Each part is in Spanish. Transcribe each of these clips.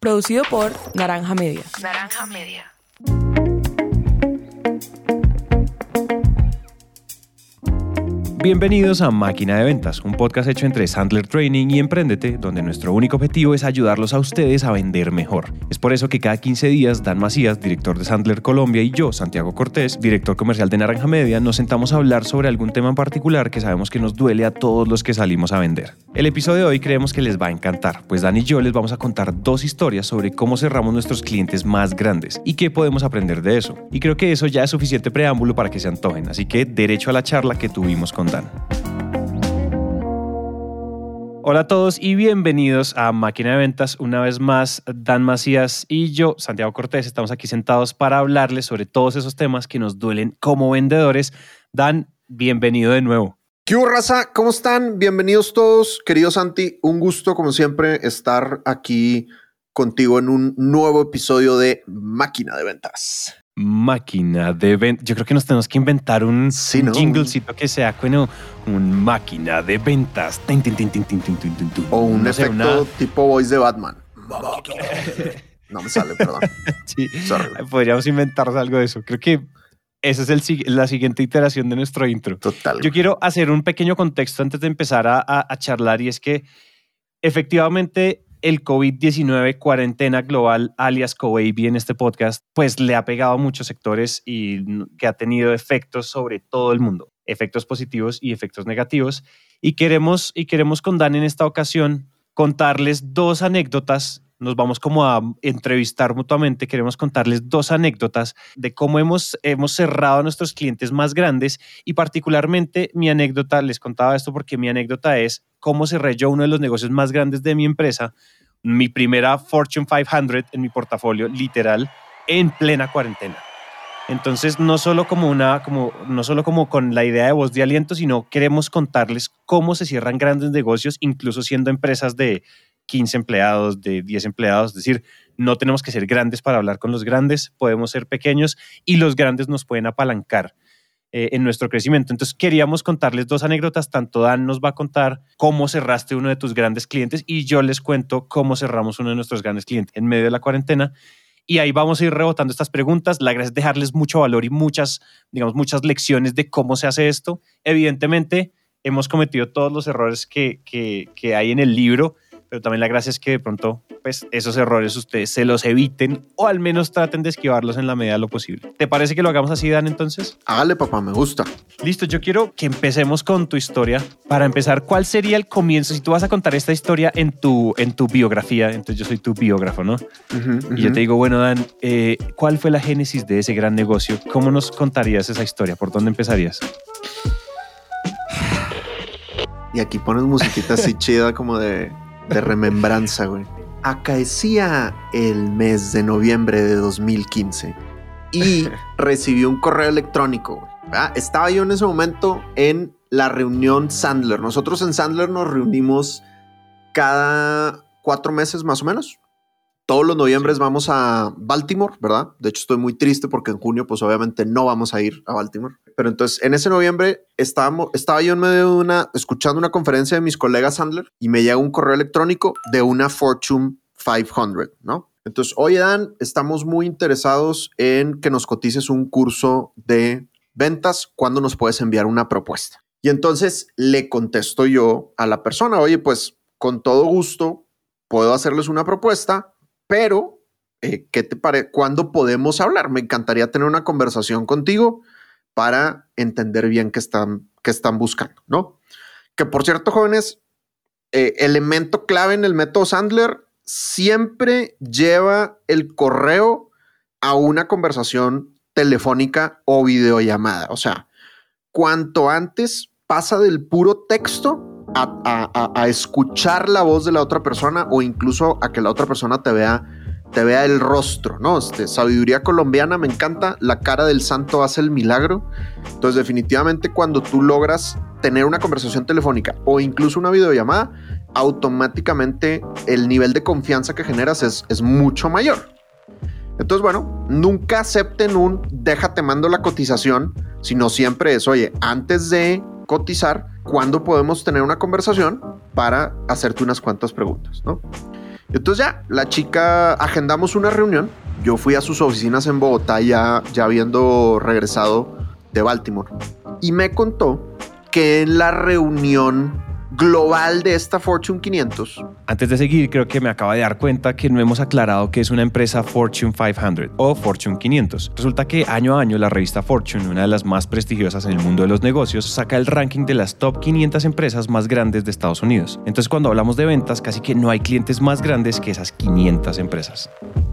Producido por Naranja Media. Naranja Media. Bienvenidos a Máquina de Ventas, un podcast hecho entre Sandler Training y Emprendete, donde nuestro único objetivo es ayudarlos a ustedes a vender mejor. Es por eso que cada 15 días, Dan Macías, director de Sandler Colombia, y yo, Santiago Cortés, director comercial de Naranja Media, nos sentamos a hablar sobre algún tema en particular que sabemos que nos duele a todos los que salimos a vender. El episodio de hoy creemos que les va a encantar, pues Dan y yo les vamos a contar 2 historias sobre cómo cerramos nuestros clientes más grandes y qué podemos aprender de eso. Y creo que eso ya es suficiente preámbulo para que se antojen, así que derecho a la charla que tuvimos con Dan. Hola a todos y bienvenidos a Máquina de Ventas. Una vez más, Dan Macías y yo, Santiago Cortés, estamos aquí sentados para hablarles sobre todos esos temas que nos duelen como vendedores. Dan, bienvenido de nuevo. ¿Qué hubo, raza? ¿Cómo están? Bienvenidos todos. Querido Santi, un gusto como siempre estar aquí contigo en un nuevo episodio de Máquina de Ventas. Máquina de ventas. Yo creo que nos tenemos que inventar un jinglecito que sea como un máquina de ventas. O un efecto tipo voice de Batman. No me sale, perdón. Sí, podríamos inventarnos algo de eso. Creo que esa es la siguiente iteración de nuestro intro. Total. Yo quiero hacer un pequeño contexto antes de empezar a charlar, y es que efectivamente el COVID-19, cuarentena global, alias COVID en este podcast, pues le ha pegado a muchos sectores y que ha tenido efectos sobre todo el mundo, efectos positivos y efectos negativos. Y queremos con Dan en esta ocasión contarles 2 anécdotas. Nos vamos como a entrevistar mutuamente. Queremos contarles 2 anécdotas de cómo hemos cerrado a nuestros clientes más grandes, y particularmente mi anécdota, les contaba esto porque mi anécdota es cómo cerré yo uno de los negocios más grandes de mi empresa, mi primera Fortune 500 en mi portafolio, literal, en plena cuarentena. Entonces, no solo como con la idea de voz de aliento, sino queremos contarles cómo se cierran grandes negocios, incluso siendo empresas de 15 empleados, de 10 empleados. Es decir, no tenemos que ser grandes para hablar con los grandes, podemos ser pequeños y los grandes nos pueden apalancar en nuestro crecimiento. Entonces, queríamos contarles 2 anécdotas. Tanto Dan nos va a contar cómo cerraste uno de tus grandes clientes y yo les cuento cómo cerramos uno de nuestros grandes clientes en medio de la cuarentena. Y ahí vamos a ir rebotando estas preguntas. La gracia es dejarles mucho valor y muchas lecciones de cómo se hace esto. Evidentemente, hemos cometido todos los errores que hay en el libro, pero también la gracia es que de pronto pues, esos errores ustedes se los eviten o al menos traten de esquivarlos en la medida de lo posible. ¿Te parece que lo hagamos así, Dan, entonces? Hágale, papá, me gusta. Listo, yo quiero que empecemos con tu historia. Para empezar, ¿cuál sería el comienzo? Si tú vas a contar esta historia en tu biografía, entonces yo soy tu biógrafo, ¿no? Y yo te digo, bueno, Dan, ¿cuál fue la génesis de ese gran negocio? ¿Cómo nos contarías esa historia? ¿Por dónde empezarías? Y aquí pones musiquita así chida como de remembranza, güey. Acaecía el mes de noviembre de 2015 y recibí un correo electrónico, güey. Estaba yo en ese momento en la reunión Sandler. Nosotros en Sandler nos reunimos cada 4 meses más o menos. Todos los noviembres vamos a Baltimore, ¿verdad? De hecho, estoy muy triste porque en junio, pues obviamente no vamos a ir a Baltimore. Pero entonces, en ese noviembre estaba yo en medio de escuchando una conferencia de mis colegas Sandler y me llega un correo electrónico de una Fortune 500, ¿no? Entonces, oye, Dan, estamos muy interesados en que nos cotices un curso de ventas. ¿Cuándo nos puedes enviar una propuesta? Y entonces le contesto yo a la persona, oye, pues con todo gusto puedo hacerles una propuesta, pero ¿qué te parece? ¿Cuándo podemos hablar? Me encantaría tener una conversación contigo para entender bien qué están buscando, ¿no? Que por cierto, jóvenes, elemento clave en el método Sandler, siempre lleva el correo a una conversación telefónica o videollamada. O sea, cuanto antes pasa del puro texto a escuchar la voz de la otra persona o incluso a que la otra persona te vea el rostro, ¿no? Sabiduría colombiana, me encanta. La cara del santo hace el milagro. Entonces, definitivamente, cuando tú logras tener una conversación telefónica o incluso una videollamada, automáticamente el nivel de confianza que generas es mucho mayor. Entonces, bueno, nunca acepten déjate mando la cotización, sino siempre es, oye, antes de cotizar, ¿cuándo podemos tener una conversación para hacerte unas cuantas preguntas, ¿no? Entonces ya, la chica, agendamos una reunión. Yo fui a sus oficinas en Bogotá ya habiendo regresado de Baltimore. Y me contó que en la reunión global de esta Fortune 500... Antes de seguir, creo que me acaba de dar cuenta que no hemos aclarado que es una empresa Fortune 500 o Fortune 500. Resulta que año a año la revista Fortune, una de las más prestigiosas en el mundo de los negocios, saca el ranking de las top 500 empresas más grandes de Estados Unidos. Entonces, cuando hablamos de ventas, casi que no hay clientes más grandes que esas 500 empresas.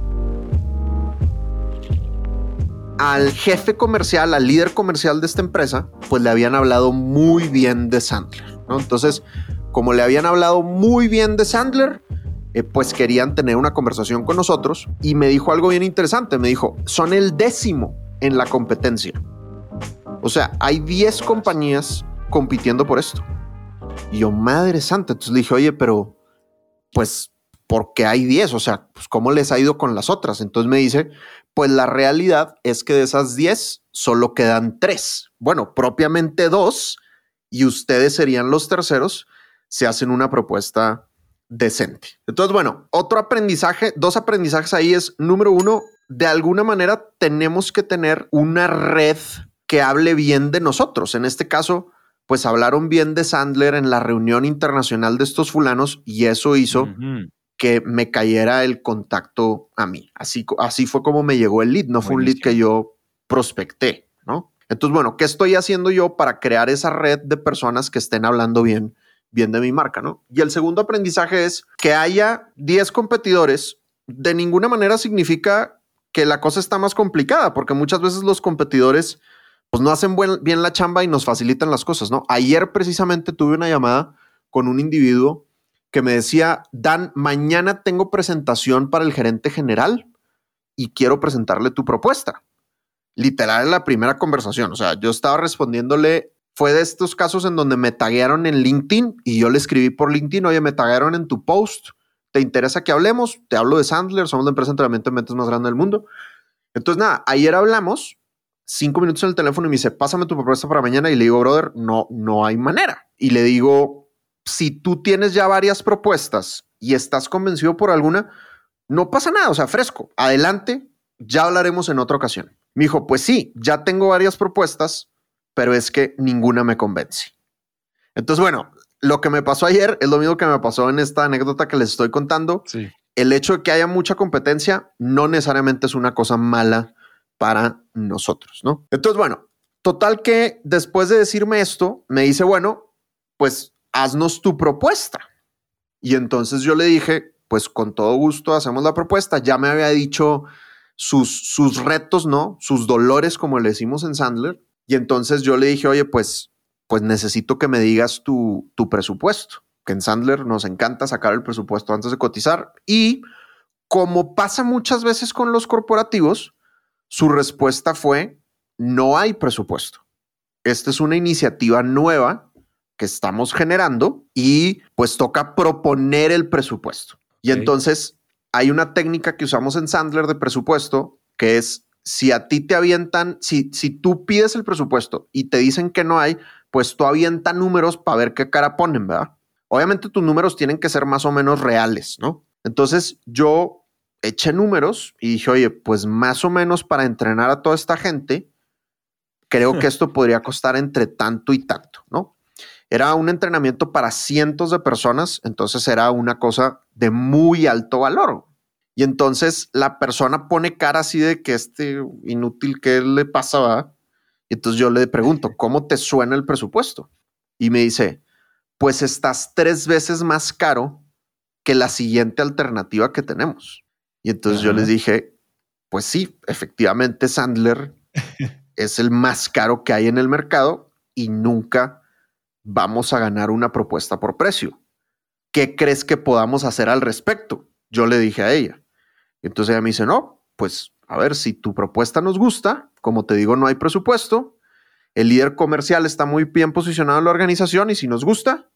Al jefe comercial, al líder comercial de esta empresa, pues le habían hablado muy bien de Sandler, ¿no? Entonces, como le habían hablado muy bien de Sandler, pues querían tener una conversación con nosotros y me dijo algo bien interesante. Me dijo, son el 10º en la competencia. O sea, hay 10 compañías compitiendo por esto. Y yo, madre santa. Entonces le dije, oye, pero pues, ¿por qué hay 10? O sea, pues, ¿cómo les ha ido con las otras? Entonces me dice, pues la realidad es que de esas 10 solo quedan 3. Bueno, propiamente 2 y ustedes serían los terceros si hacen una propuesta decente. Entonces, bueno, otro aprendizaje, 2 aprendizajes ahí es, número 1, de alguna manera tenemos que tener una red que hable bien de nosotros. En este caso, pues hablaron bien de Sandler en la reunión internacional de estos fulanos y eso hizo que me cayera el contacto a mí. Así fue como me llegó el lead, no fue un lead que yo prospecté, ¿no? Entonces, bueno, ¿qué estoy haciendo yo para crear esa red de personas que estén hablando bien de mi marca, ¿no? Y el segundo aprendizaje es que haya 10 competidores, de ninguna manera significa que la cosa está más complicada, porque muchas veces los competidores pues no hacen bien la chamba y nos facilitan las cosas, ¿no? Ayer precisamente tuve una llamada con un individuo que me decía, Dan, mañana tengo presentación para el gerente general y quiero presentarle tu propuesta. Literal, en la primera conversación. O sea, yo estaba respondiéndole, fue de estos casos en donde me taguearon en LinkedIn y yo le escribí por LinkedIn, oye, me taguearon en tu post, ¿te interesa que hablemos? Te hablo de Sandler, somos la empresa de entrenamiento de ventas más grande del mundo. Entonces, nada, ayer hablamos, 5 minutos en el teléfono y me dice, pásame tu propuesta para mañana. Y le digo, brother, no hay manera. Y le digo, si tú tienes ya varias propuestas y estás convencido por alguna, no pasa nada, o sea, fresco, adelante, ya hablaremos en otra ocasión. Me dijo, pues sí, ya tengo varias propuestas, pero es que ninguna me convence. Entonces, bueno, lo que me pasó ayer es lo mismo que me pasó en esta anécdota que les estoy contando. Sí. El hecho de que haya mucha competencia no necesariamente es una cosa mala para nosotros, ¿no? Entonces, bueno, total que después de decirme esto, me dice, bueno, pues haznos tu propuesta. Y entonces yo le dije, pues con todo gusto hacemos la propuesta. Ya me había dicho sus retos, ¿no? Sus dolores, como le decimos en Sandler. Y entonces yo le dije, oye, pues necesito que me digas tu presupuesto, que en Sandler nos encanta sacar el presupuesto antes de cotizar. Y como pasa muchas veces con los corporativos, su respuesta fue, no hay presupuesto. Esta es una iniciativa nueva que estamos generando y pues toca proponer el presupuesto. Y entonces hay una técnica que usamos en Sandler de presupuesto que es, si a ti te avientan, si tú pides el presupuesto y te dicen que no hay, pues tú avienta números para ver qué cara ponen, ¿verdad? Obviamente tus números tienen que ser más o menos reales, ¿no? Entonces yo eché números y dije, oye, pues más o menos para entrenar a toda esta gente, creo que esto podría costar entre tanto y tanto, ¿no? Era un entrenamiento para cientos de personas, entonces era una cosa de muy alto valor. Y entonces la persona pone cara así de que inútil, ¿qué le pasa? ¿Va? Y entonces yo le pregunto, ¿cómo te suena el presupuesto? Y me dice, pues estás 3 veces más caro que la siguiente alternativa que tenemos. Y entonces yo les dije, pues sí, efectivamente Sandler es el más caro que hay en el mercado y nunca vamos a ganar una propuesta por precio. ¿Qué crees que podamos hacer al respecto? Yo le dije a ella. Entonces ella me dice, no, pues a ver, si tu propuesta nos gusta, como te digo, no hay presupuesto, el líder comercial está muy bien posicionado en la organización y si nos gusta,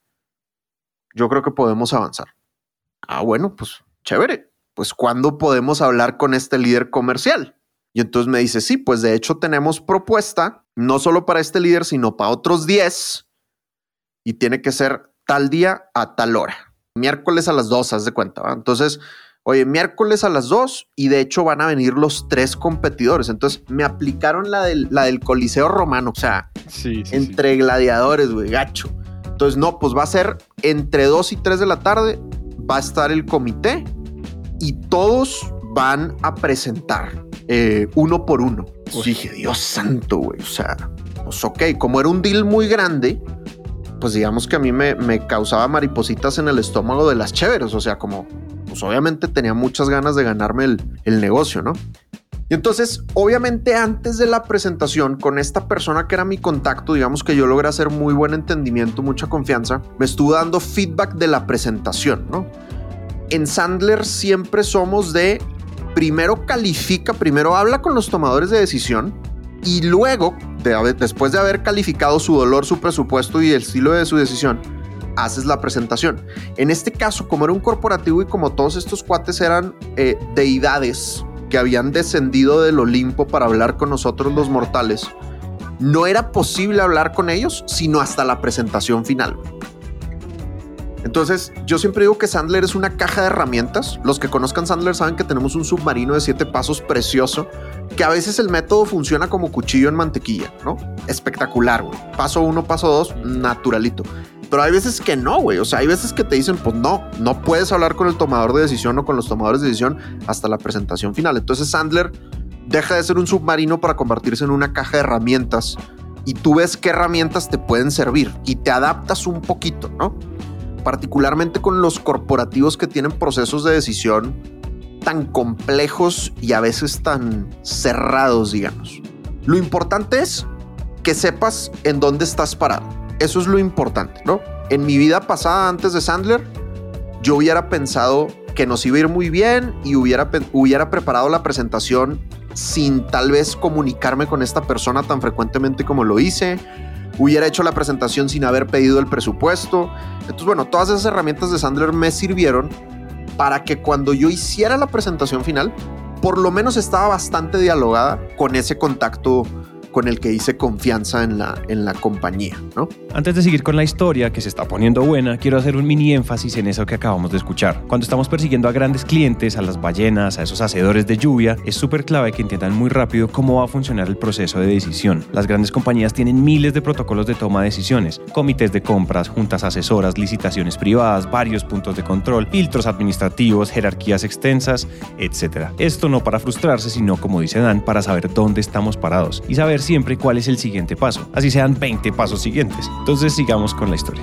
yo creo que podemos avanzar. Ah, bueno, pues chévere. Pues ¿cuándo podemos hablar con este líder comercial? Y entonces me dice, sí, pues de hecho tenemos propuesta, no solo para este líder, sino para otros 10 y tiene que ser tal día a tal hora. miércoles a las 2, haz de cuenta, ¿va? Entonces, oye, miércoles a las 2 y de hecho van a venir los 3 competidores. Entonces me aplicaron la del Coliseo Romano, o sea, entre gladiadores, güey, gacho. Entonces, no, pues va a ser entre 2 y 3 de la tarde, va a estar el comité y todos van a presentar uno por uno. Pues dije, Dios santo, güey, o sea, pues ok, como era un deal muy grande, pues digamos que a mí me causaba maripositas en el estómago de las chéveres, o sea, como, pues obviamente tenía muchas ganas de ganarme el negocio, ¿no? Y entonces, obviamente antes de la presentación, con esta persona que era mi contacto, digamos que yo logré hacer muy buen entendimiento, mucha confianza, me estuvo dando feedback de la presentación, ¿no? En Sandler siempre somos de primero califica, primero habla con los tomadores de decisión y luego, después de haber calificado su dolor, su presupuesto y el estilo de su decisión, haces la presentación. En este caso, como era un corporativo y como todos estos cuates eran deidades que habían descendido del Olimpo para hablar con nosotros los mortales, no era posible hablar con ellos sino hasta la presentación final. Entonces, yo siempre digo que Sandler es una caja de herramientas. Los que conozcan Sandler saben que tenemos un submarino de 7 pasos precioso, que a veces el método funciona como cuchillo en mantequilla, ¿no? Espectacular, güey. Paso 1, paso 2, naturalito. Pero hay veces que no, güey. O sea, hay veces que te dicen, pues no puedes hablar con el tomador de decisión o con los tomadores de decisión hasta la presentación final. Entonces Sandler deja de ser un submarino para convertirse en una caja de herramientas y tú ves qué herramientas te pueden servir y te adaptas un poquito, ¿no? Particularmente con los corporativos que tienen procesos de decisión tan complejos y a veces tan cerrados, digamos. Lo importante es que sepas en dónde estás parado. Eso es lo importante, ¿no? En mi vida pasada, antes de Sandler, yo hubiera pensado que nos iba a ir muy bien y hubiera preparado la presentación sin tal vez comunicarme con esta persona tan frecuentemente como lo hice. Hubiera hecho la presentación sin haber pedido el presupuesto. Entonces, bueno, todas esas herramientas de Sandler me sirvieron para que cuando yo hiciera la presentación final, por lo menos estaba bastante dialogada con ese contacto con el que hice confianza en la compañía, ¿no? Antes de seguir con la historia, que se está poniendo buena, quiero hacer un mini énfasis en eso que acabamos de escuchar. Cuando estamos persiguiendo a grandes clientes, a las ballenas, a esos hacedores de lluvia, es súper clave que entiendan muy rápido cómo va a funcionar el proceso de decisión. Las grandes compañías tienen miles de protocolos de toma de decisiones, comités de compras, juntas asesoras, licitaciones privadas, varios puntos de control, filtros administrativos, jerarquías extensas, etc. Esto no para frustrarse, sino, como dice Dan, para saber dónde estamos parados y saber siempre cuál es el siguiente paso, así sean 20 pasos siguientes. Entonces sigamos con la historia.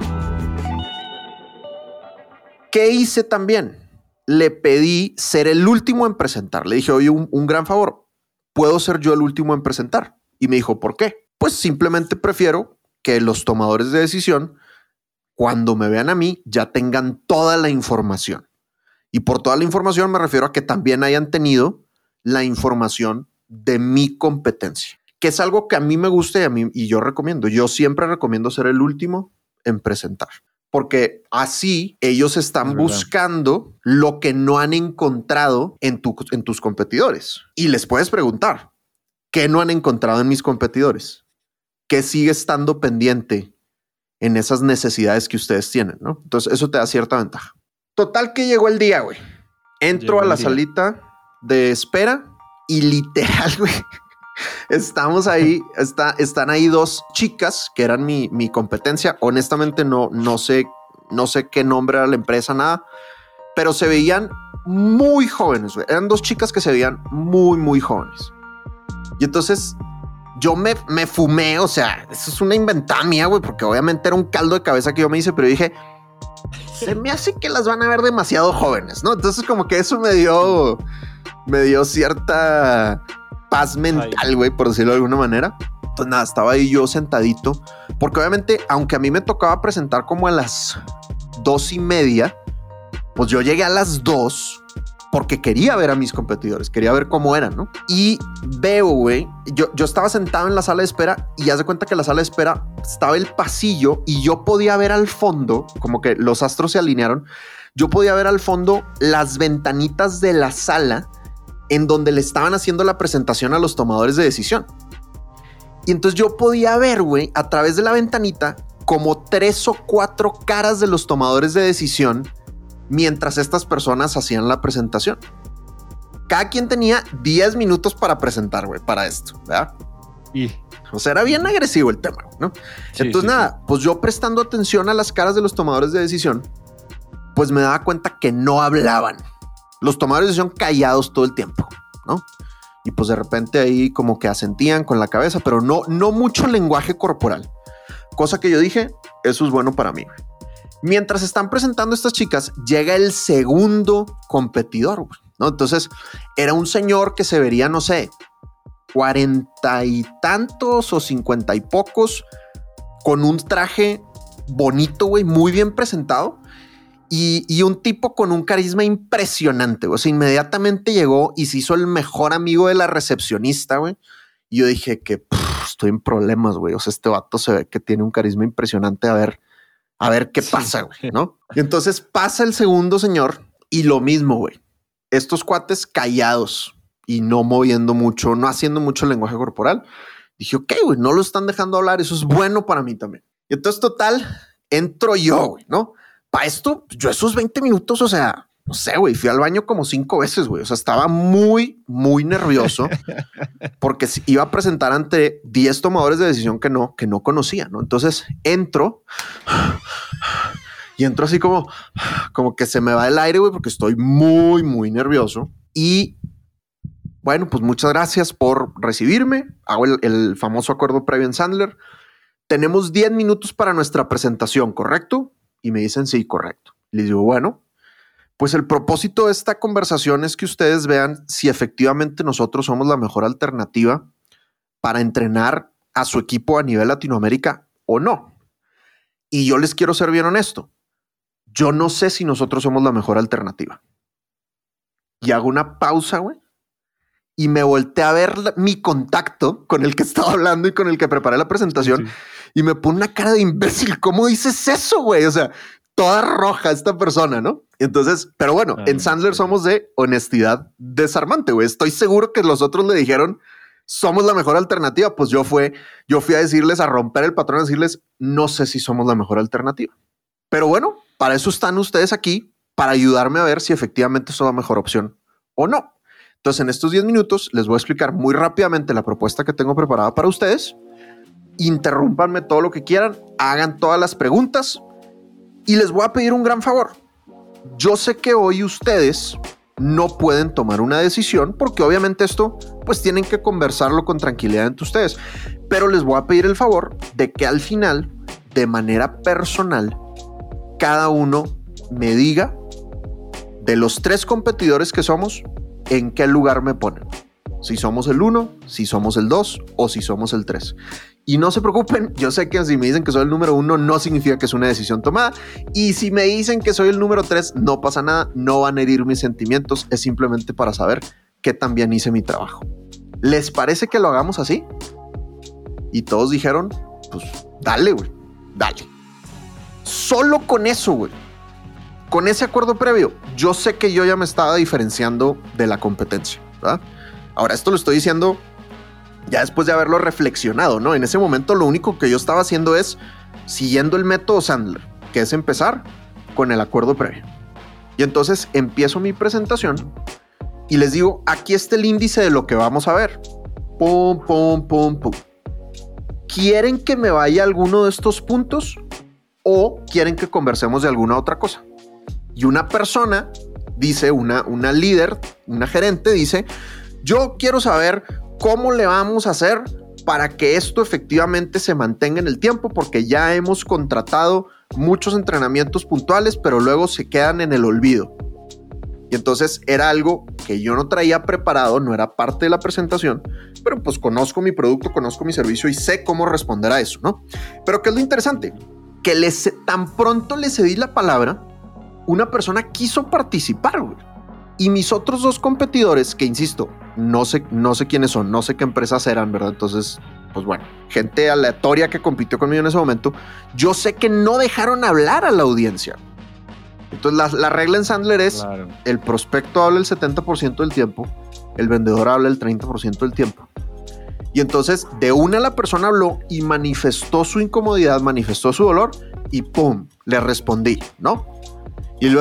¿Qué hice también? Le pedí ser el último en presentar. Le dije, oye, un gran favor, ¿puedo ser yo el último en presentar? Y me dijo, ¿por qué? Pues simplemente prefiero que los tomadores de decisión, cuando me vean a mí, ya tengan toda la información. Y por toda la información me refiero a que también hayan tenido la información de mi competencia, que es algo que a mí me gusta y yo recomiendo. Yo siempre recomiendo ser el último en presentar, porque así ellos están buscando lo que no han encontrado en tus competidores. Y les puedes preguntar, ¿qué no han encontrado en mis competidores? ¿Qué sigue estando pendiente en esas necesidades que ustedes tienen, ¿no? Entonces eso te da cierta ventaja. Total que llegó el día, güey. Entro a la salita de espera y literal, güey, estamos ahí, están ahí 2 chicas que eran mi competencia. Honestamente no sé qué nombre era la empresa, nada, pero se veían muy jóvenes, güey. Eran 2 chicas que se veían muy, muy jóvenes. Y entonces yo me fumé, o sea, eso es una inventada mía, güey, porque obviamente era un caldo de cabeza que yo me hice, pero dije, se me hace que las van a ver demasiado jóvenes, ¿no? Entonces como que eso me dio cierta paz mental, güey, por decirlo de alguna manera. Entonces nada, estaba ahí yo sentadito, porque obviamente, aunque a mí me tocaba presentar como a las 2:30, pues yo llegué a las 2 porque quería ver a mis competidores, quería ver cómo eran, ¿no? Y veo, güey, yo estaba sentado en la sala de espera y haz de cuenta que la sala de espera estaba el pasillo y yo podía ver al fondo, como que los astros se alinearon, yo podía ver al fondo las ventanitas de la sala en donde le estaban haciendo la presentación a los tomadores de decisión. Y entonces yo podía ver, güey, a través de la ventanita como 3 o 4 caras de los tomadores de decisión mientras estas personas hacían la presentación. Cada quien tenía 10 minutos para presentar, güey, para esto, ¿verdad? O sea, era bien agresivo el tema, ¿no? Sí, entonces, pues yo prestando atención a las caras de los tomadores de decisión, pues me daba cuenta que no hablaban. Los tomadores de decisión callados todo el tiempo, ¿no? Y pues de repente ahí como que asentían con la cabeza, pero no mucho lenguaje corporal. Cosa que yo dije, eso es bueno para mí. Mientras están presentando estas chicas, llega el segundo competidor, ¿no? Entonces era un señor que se vería, no sé, 40 y tantos o 50 y pocos, con un traje bonito, güey, muy bien presentado. Y un tipo con un carisma impresionante. O sea, inmediatamente llegó y se hizo el mejor amigo de la recepcionista, güey. Y yo dije que estoy en problemas, güey. O sea, este vato se ve que tiene un carisma impresionante. A ver qué pasa, güey, ¿no? Y entonces pasa el segundo señor y lo mismo, güey. Estos cuates callados y no moviendo mucho, no haciendo mucho lenguaje corporal. Dije, ok, güey, no lo están dejando hablar. Eso es bueno para mí también. Y entonces, total, entro yo, güey, ¿no? Para esto, yo esos 20 minutos, o sea, no sé, güey, fui al baño como 5 veces, güey. O sea, estaba muy, muy nervioso porque iba a presentar ante 10 tomadores de decisión que no conocía, ¿no? Entonces entro y entro así como que se me va el aire, güey, porque estoy muy, muy nervioso. Y bueno, pues muchas gracias por recibirme. Hago el famoso acuerdo previo en Sandler. Tenemos 10 minutos para nuestra presentación, ¿correcto? Y me dicen, sí, correcto. Les digo, bueno, pues el propósito de esta conversación es que ustedes vean si efectivamente nosotros somos la mejor alternativa para entrenar a su equipo a nivel Latinoamérica o no. Y yo les quiero ser bien honesto. Yo no sé si nosotros somos la mejor alternativa. Y hago una pausa, güey. Y me volteé a ver mi contacto con el que estaba hablando y con el que preparé la presentación. Sí. Y me pone una cara de imbécil. ¿Cómo dices eso, güey? O sea, toda roja esta persona, ¿no? Entonces, pero bueno, en Sandler somos de honestidad desarmante, güey. Estoy seguro que los otros le dijeron, somos la mejor alternativa. Pues yo fui a decirles, a romper el patrón, a decirles, no sé si somos la mejor alternativa. Pero bueno, para eso están ustedes aquí, para ayudarme a ver si efectivamente son la mejor opción o no. Entonces, en estos 10 minutos les voy a explicar muy rápidamente la propuesta que tengo preparada para ustedes. Interrúmpanme todo lo que quieran, hagan todas las preguntas y les voy a pedir un gran favor. Yo sé que hoy ustedes no pueden tomar una decisión porque obviamente esto pues tienen que conversarlo con tranquilidad entre ustedes, pero les voy a pedir el favor de que al final, de manera personal, cada uno me diga de los 3 competidores que somos, en qué lugar me ponen. Si somos el 1, si somos el 2 o si somos el 3. Y no se preocupen, yo sé que si me dicen que soy el número 1 no significa que es una decisión tomada. Y si me dicen que soy el número 3, no pasa nada, no van a herir mis sentimientos. Es simplemente para saber que también hice mi trabajo. ¿Les parece que lo hagamos así? Y todos dijeron, pues dale, güey, dale. Solo con eso, güey. Con ese acuerdo previo, yo sé que yo ya me estaba diferenciando de la competencia, ¿verdad? Ahora, esto lo estoy diciendo ya después de haberlo reflexionado, ¿no? En ese momento lo único que yo estaba haciendo es siguiendo el método Sandler, que es empezar con el acuerdo previo. Y entonces empiezo mi presentación y les digo, aquí está el índice de lo que vamos a ver. Pum, pum, pum, pum. ¿Quieren que me vaya a alguno de estos puntos o quieren que conversemos de alguna otra cosa? Y una persona dice, una líder, una gerente dice, yo quiero saber cómo le vamos a hacer para que esto efectivamente se mantenga en el tiempo, porque ya hemos contratado muchos entrenamientos puntuales, pero luego se quedan en el olvido. Y entonces era algo que yo no traía preparado, no era parte de la presentación, pero pues conozco mi producto, conozco mi servicio y sé cómo responder a eso, ¿no? Pero ¿qué es lo interesante? Que tan pronto le cedí la palabra, una persona quiso participar, güey. Y mis otros 2 competidores, que insisto, no sé quiénes son, no sé qué empresas eran, ¿verdad? Entonces, pues bueno, gente aleatoria que compitió conmigo en ese momento, yo sé que no dejaron hablar a la audiencia. Entonces, la regla en Sandler es, claro, el prospecto habla el 70% del tiempo, el vendedor habla el 30% del tiempo. Y entonces, de una la persona habló y manifestó su incomodidad, manifestó su dolor y ¡pum! Le respondí, ¿no? Y luego,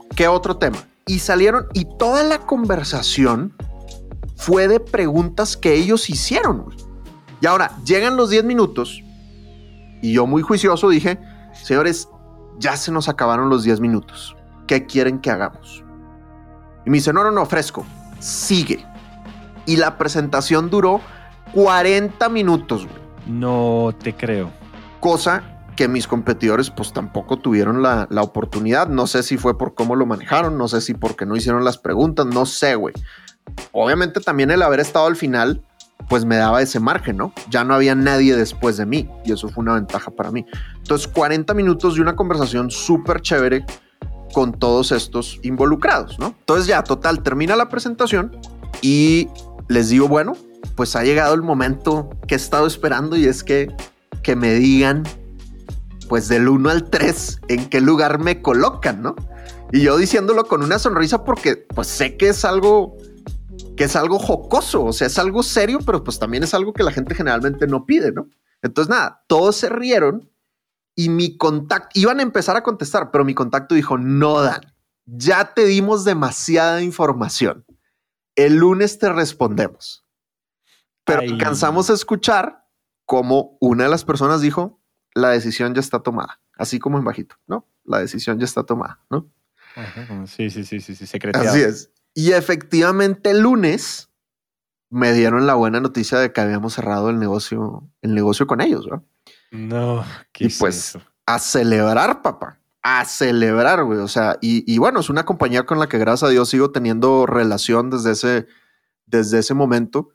¿qué otro tema? Y salieron, y toda la conversación fue de preguntas que ellos hicieron, güey. Y ahora llegan los 10 minutos y yo muy juicioso dije, señores, ya se nos acabaron los 10 minutos. ¿Qué quieren que hagamos? Y me dice, no, fresco, sigue. Y la presentación duró 40 minutos, güey. No te creo. Cosa que mis competidores pues tampoco tuvieron la oportunidad. No sé si fue por cómo lo manejaron, no sé si porque no hicieron las preguntas, no sé, güey. Obviamente también el haber estado al final pues me daba ese margen, ¿no? Ya no había nadie después de mí y eso fue una ventaja para mí. Entonces 40 minutos de una conversación súper chévere con todos estos involucrados, ¿no? Entonces ya, total, termina la presentación y les digo, bueno, pues ha llegado el momento que he estado esperando y es que me digan pues del 1 al 3 en qué lugar me colocan, ¿no? Y yo diciéndolo con una sonrisa porque pues sé que es algo jocoso, o sea, es algo serio, pero pues también es algo que la gente generalmente no pide, ¿no? Entonces nada, todos se rieron y mi contacto, iban a empezar a contestar, pero mi contacto dijo, no, Dan, ya te dimos demasiada información. El lunes te respondemos. Pero alcanzamos a escuchar cómo una de las personas dijo, la decisión ya está tomada, así como en bajito, ¿no? La decisión ya está tomada, ¿no? Ajá, sí, secreteado. Así es. Y efectivamente el lunes me dieron la buena noticia de que habíamos cerrado el negocio con ellos, ¿no? No, ¿qué y pues es eso? A celebrar, papá. A celebrar, güey. O sea, y bueno, es una compañía con la que gracias a Dios sigo teniendo relación desde ese momento.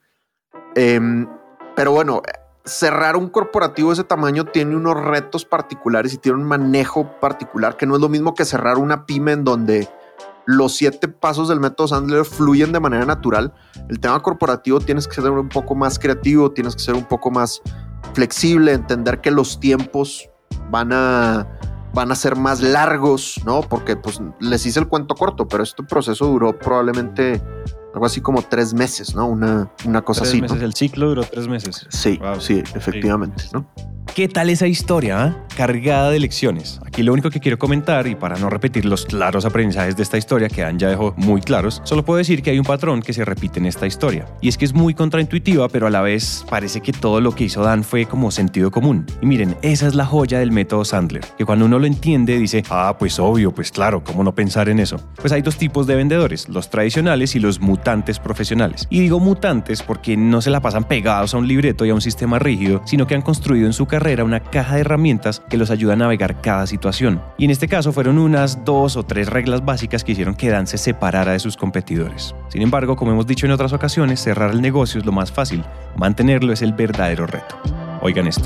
Pero bueno, cerrar un corporativo de ese tamaño tiene unos retos particulares y tiene un manejo particular que no es lo mismo que cerrar una pyme en donde los 7 pasos del método Sandler fluyen de manera natural. El tema corporativo tienes que ser un poco más creativo, tienes que ser un poco más flexible, entender que los tiempos van a ser más largos, ¿no? Porque pues les hice el cuento corto, pero este proceso duró probablemente algo así como 3 meses, ¿no? Una cosa 3 así, meses, ¿no? el ciclo duró 3 meses. Sí, Wow. sí, efectivamente, ¿no? ¿Qué tal esa historia? Cargada de lecciones. Aquí lo único que quiero comentar, y para no repetir los claros aprendizajes de esta historia que Dan ya dejó muy claros, solo puedo decir que hay un patrón que se repite en esta historia. Y es que es muy contraintuitiva, pero a la vez parece que todo lo que hizo Dan fue como sentido común. Y miren, esa es la joya del método Sandler, que cuando uno lo entiende dice, pues obvio, pues claro, ¿cómo no pensar en eso? Pues hay 2 tipos de vendedores, los tradicionales y los mutantes profesionales. Y digo mutantes porque no se la pasan pegados a un libreto y a un sistema rígido, sino que han construido en su carrera una caja de herramientas que los ayuda a navegar cada situación. Y en este caso fueron unas 2 o 3 reglas básicas que hicieron que Dan se separara de sus competidores. Sin embargo, como hemos dicho en otras ocasiones, cerrar el negocio es lo más fácil, mantenerlo es el verdadero reto. Oigan esto.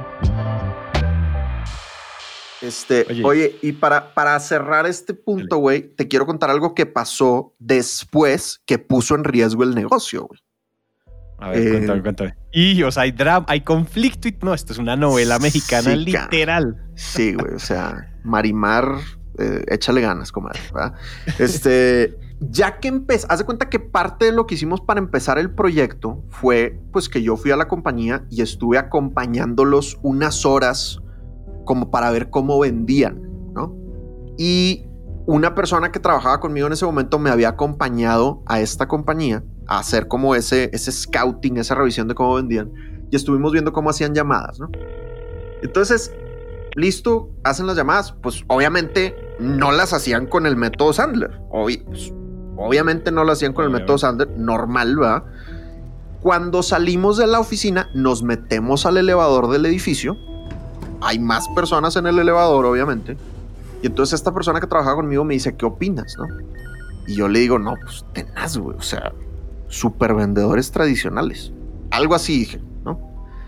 Oye, y para cerrar este punto, güey, te quiero contar algo que pasó después que puso en riesgo el negocio, güey. A ver, cuéntame. Y, o sea, hay drama, hay conflicto y no, esto es una novela mexicana sí, literal. Sí, güey, o sea, Marimar, échale ganas, comadre, ¿verdad? Ya que haz de cuenta que parte de lo que hicimos para empezar el proyecto fue, pues, que yo fui a la compañía y estuve acompañándolos unas horas como para ver cómo vendían, ¿no? Y una persona que trabajaba conmigo en ese momento me había acompañado a esta compañía a hacer como ese scouting, esa revisión de cómo vendían y estuvimos viendo cómo hacían llamadas, ¿no? Entonces, listo, hacen las llamadas, pues obviamente no las hacían con el método Sandler, obviamente no las hacían con el método Sandler, normal, ¿verdad? Cuando salimos de la oficina, nos metemos al elevador del edificio, hay más personas en el elevador, obviamente, y entonces esta persona que trabajaba conmigo me dice, ¿qué opinas, no? Y yo le digo, no, pues tenaz, güey, o sea, super vendedores tradicionales. Algo así dije, ¿no?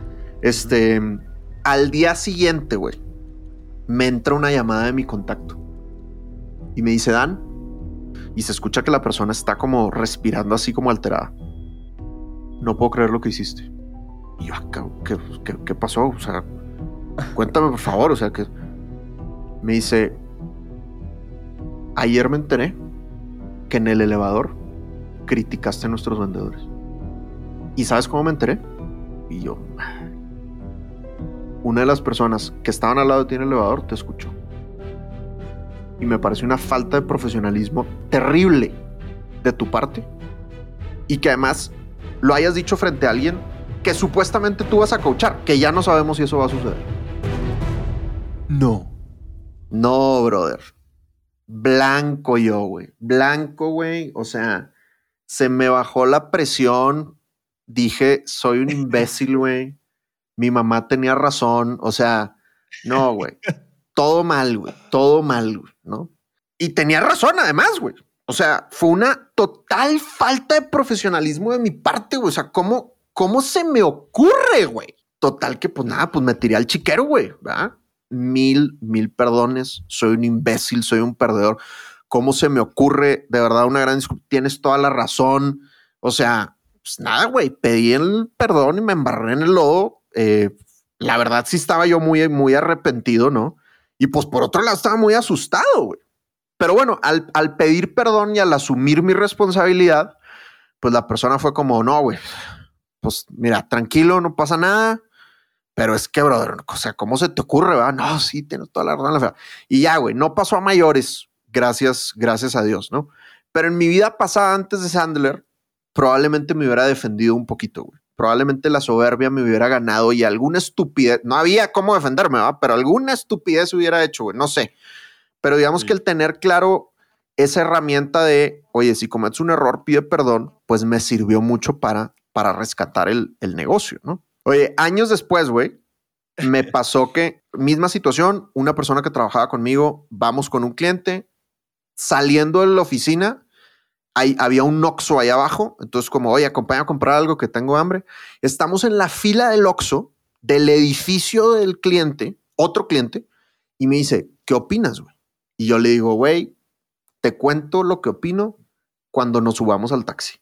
Al día siguiente, güey, me entra una llamada de mi contacto y me dice, Dan, y se escucha que la persona está como respirando así como alterada. No puedo creer lo que hiciste. Y yo, ¿qué pasó? O sea, cuéntame por favor, o sea, que me dice, ayer me enteré que en el elevador criticaste a nuestros vendedores. ¿Y sabes cómo me enteré? Y yo, una de las personas que estaban al lado de ti en el elevador te escuchó. y me parece una falta de profesionalismo terrible de tu parte, y que además lo hayas dicho frente a alguien que supuestamente tú vas a coachar, que ya no sabemos si eso va a suceder. No. No, brother. Blanco yo, güey. Blanco, güey. O sea, se me bajó la presión. Dije, soy un imbécil, güey. Mi mamá tenía razón. O sea, no, güey. Todo mal, güey. Todo mal, güey, ¿no? Y tenía razón, además, güey. O sea, fue una total falta de profesionalismo de mi parte, güey. O sea, ¿cómo se me ocurre, güey? Total que, pues nada, pues me tiré al chiquero, güey, ¿verdad? Mil perdones. Soy un imbécil, soy un perdedor. ¿Cómo se me ocurre? De verdad, una gran disculpa. Tienes toda la razón. O sea, pues nada, güey. Pedí el perdón y me embarré en el lodo. La verdad, sí estaba yo muy arrepentido, ¿no? Y pues por otro lado, estaba muy asustado, güey. Pero bueno, al pedir perdón y al asumir mi responsabilidad, pues la persona fue como, no, güey, pues mira, tranquilo, no pasa nada. Pero es que, brother, o sea, ¿cómo se te ocurre, verdad? No, sí, tienes toda la razón. Y ya, güey, no pasó a mayores, gracias a Dios, ¿no? Pero en mi vida pasada antes de Sandler, probablemente me hubiera defendido un poquito, güey. Probablemente la soberbia me hubiera ganado y alguna estupidez, no había cómo defenderme, ¿verdad? Pero alguna estupidez hubiera hecho, güey, no sé. Pero digamos que el tener claro esa herramienta de, oye, si cometes un error, pide perdón, pues me sirvió mucho para rescatar el negocio, ¿no? Oye, años después, güey, me pasó que, misma situación, una persona que trabajaba conmigo, vamos con un cliente, saliendo de la oficina, había un Oxxo ahí abajo, entonces como, oye, acompáñame a comprar algo que tengo hambre. Estamos en la fila del Oxxo, del edificio del cliente, otro cliente, y me dice, ¿qué opinas, güey? Y yo le digo, güey, te cuento lo que opino cuando nos subamos al taxi.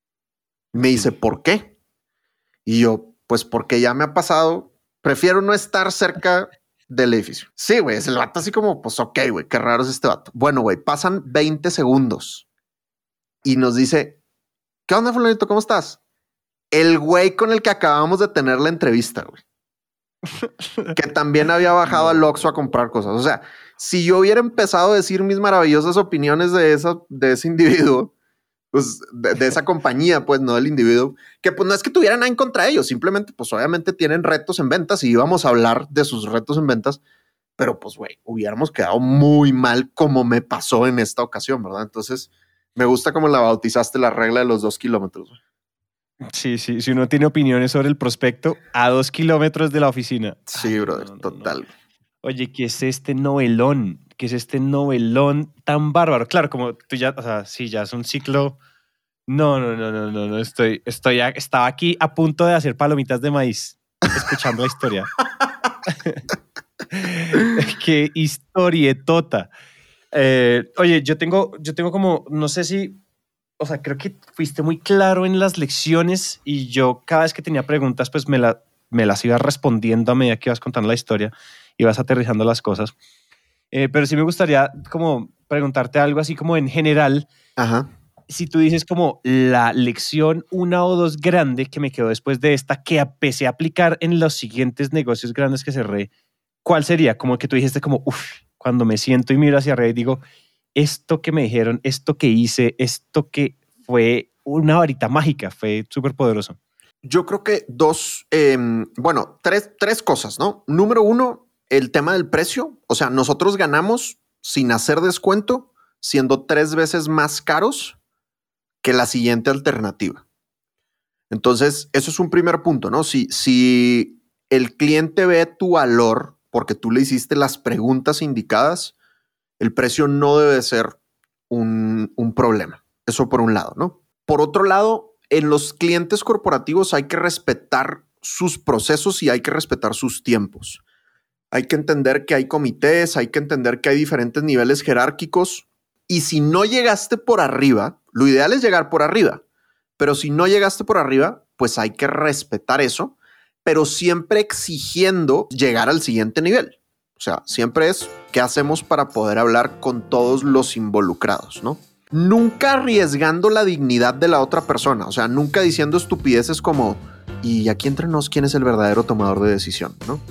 Me dice, ¿por qué? Y yo, pues porque ya me ha pasado, prefiero no estar cerca del edificio. Sí, güey, es el vato así como, pues ok, güey, qué raro es este vato. Bueno, güey, pasan 20 segundos y nos dice, ¿qué onda, fulanito? ¿Cómo estás? El güey con el que acabamos de tener la entrevista, güey. Que también había bajado al Oxxo a comprar cosas. O sea, si yo hubiera empezado a decir mis maravillosas opiniones de ese individuo, pues de esa compañía, pues no del individuo, que pues no es que tuviera nada en contra de ellos, simplemente pues obviamente tienen retos en ventas y íbamos a hablar de sus retos en ventas, pero pues güey, hubiéramos quedado muy mal como me pasó en esta ocasión, ¿verdad? Entonces me gusta cómo la bautizaste, la regla de los 2 kilómetros. Sí, si uno tiene opiniones sobre el prospecto, a 2 kilómetros de la oficina. Sí, brother, total. Oye, ¿qué es este novelón? ¿Qué es este novelón tan bárbaro? Claro, como tú ya, o sea, sí, ya es un ciclo. No, estaba aquí a punto de hacer palomitas de maíz, escuchando la historia. Qué historietota. Oye, yo tengo como, no sé si, o sea, creo que fuiste muy claro en las lecciones y yo cada vez que tenía preguntas, pues me las ibas respondiendo a medida que ibas contando la historia, ibas aterrizando las cosas. Pero sí me gustaría como preguntarte algo así como en general. Ajá. Si tú dices como la lección 1 o 2 grande que me quedó después de esta, que empecé a aplicar en los siguientes negocios grandes que cerré, ¿cuál sería? Como que tú dijiste como, cuando me siento y miro hacia arriba y digo, esto que me dijeron, esto que hice, esto que fue una varita mágica, fue súper poderoso. Yo creo que tres cosas, ¿no? Número 1, el tema del precio. O sea, nosotros ganamos sin hacer descuento, siendo 3 veces más caros que la siguiente alternativa. Entonces, eso es un primer punto, ¿no? Si el cliente ve tu valor porque tú le hiciste las preguntas indicadas, el precio no debe ser un problema. Eso por un lado, ¿no? Por otro lado, en los clientes corporativos hay que respetar sus procesos y hay que respetar sus tiempos. Hay que entender que hay comités, hay que entender que hay diferentes niveles jerárquicos. Y si no llegaste por arriba, lo ideal es llegar por arriba. Pero si no llegaste por arriba, pues hay que respetar eso, pero siempre exigiendo llegar al siguiente nivel. O sea, siempre es qué hacemos para poder hablar con todos los involucrados, ¿no? Nunca arriesgando la dignidad de la otra persona. O sea, nunca diciendo estupideces como, y aquí entre nos, ¿quién es el verdadero tomador de decisión, no?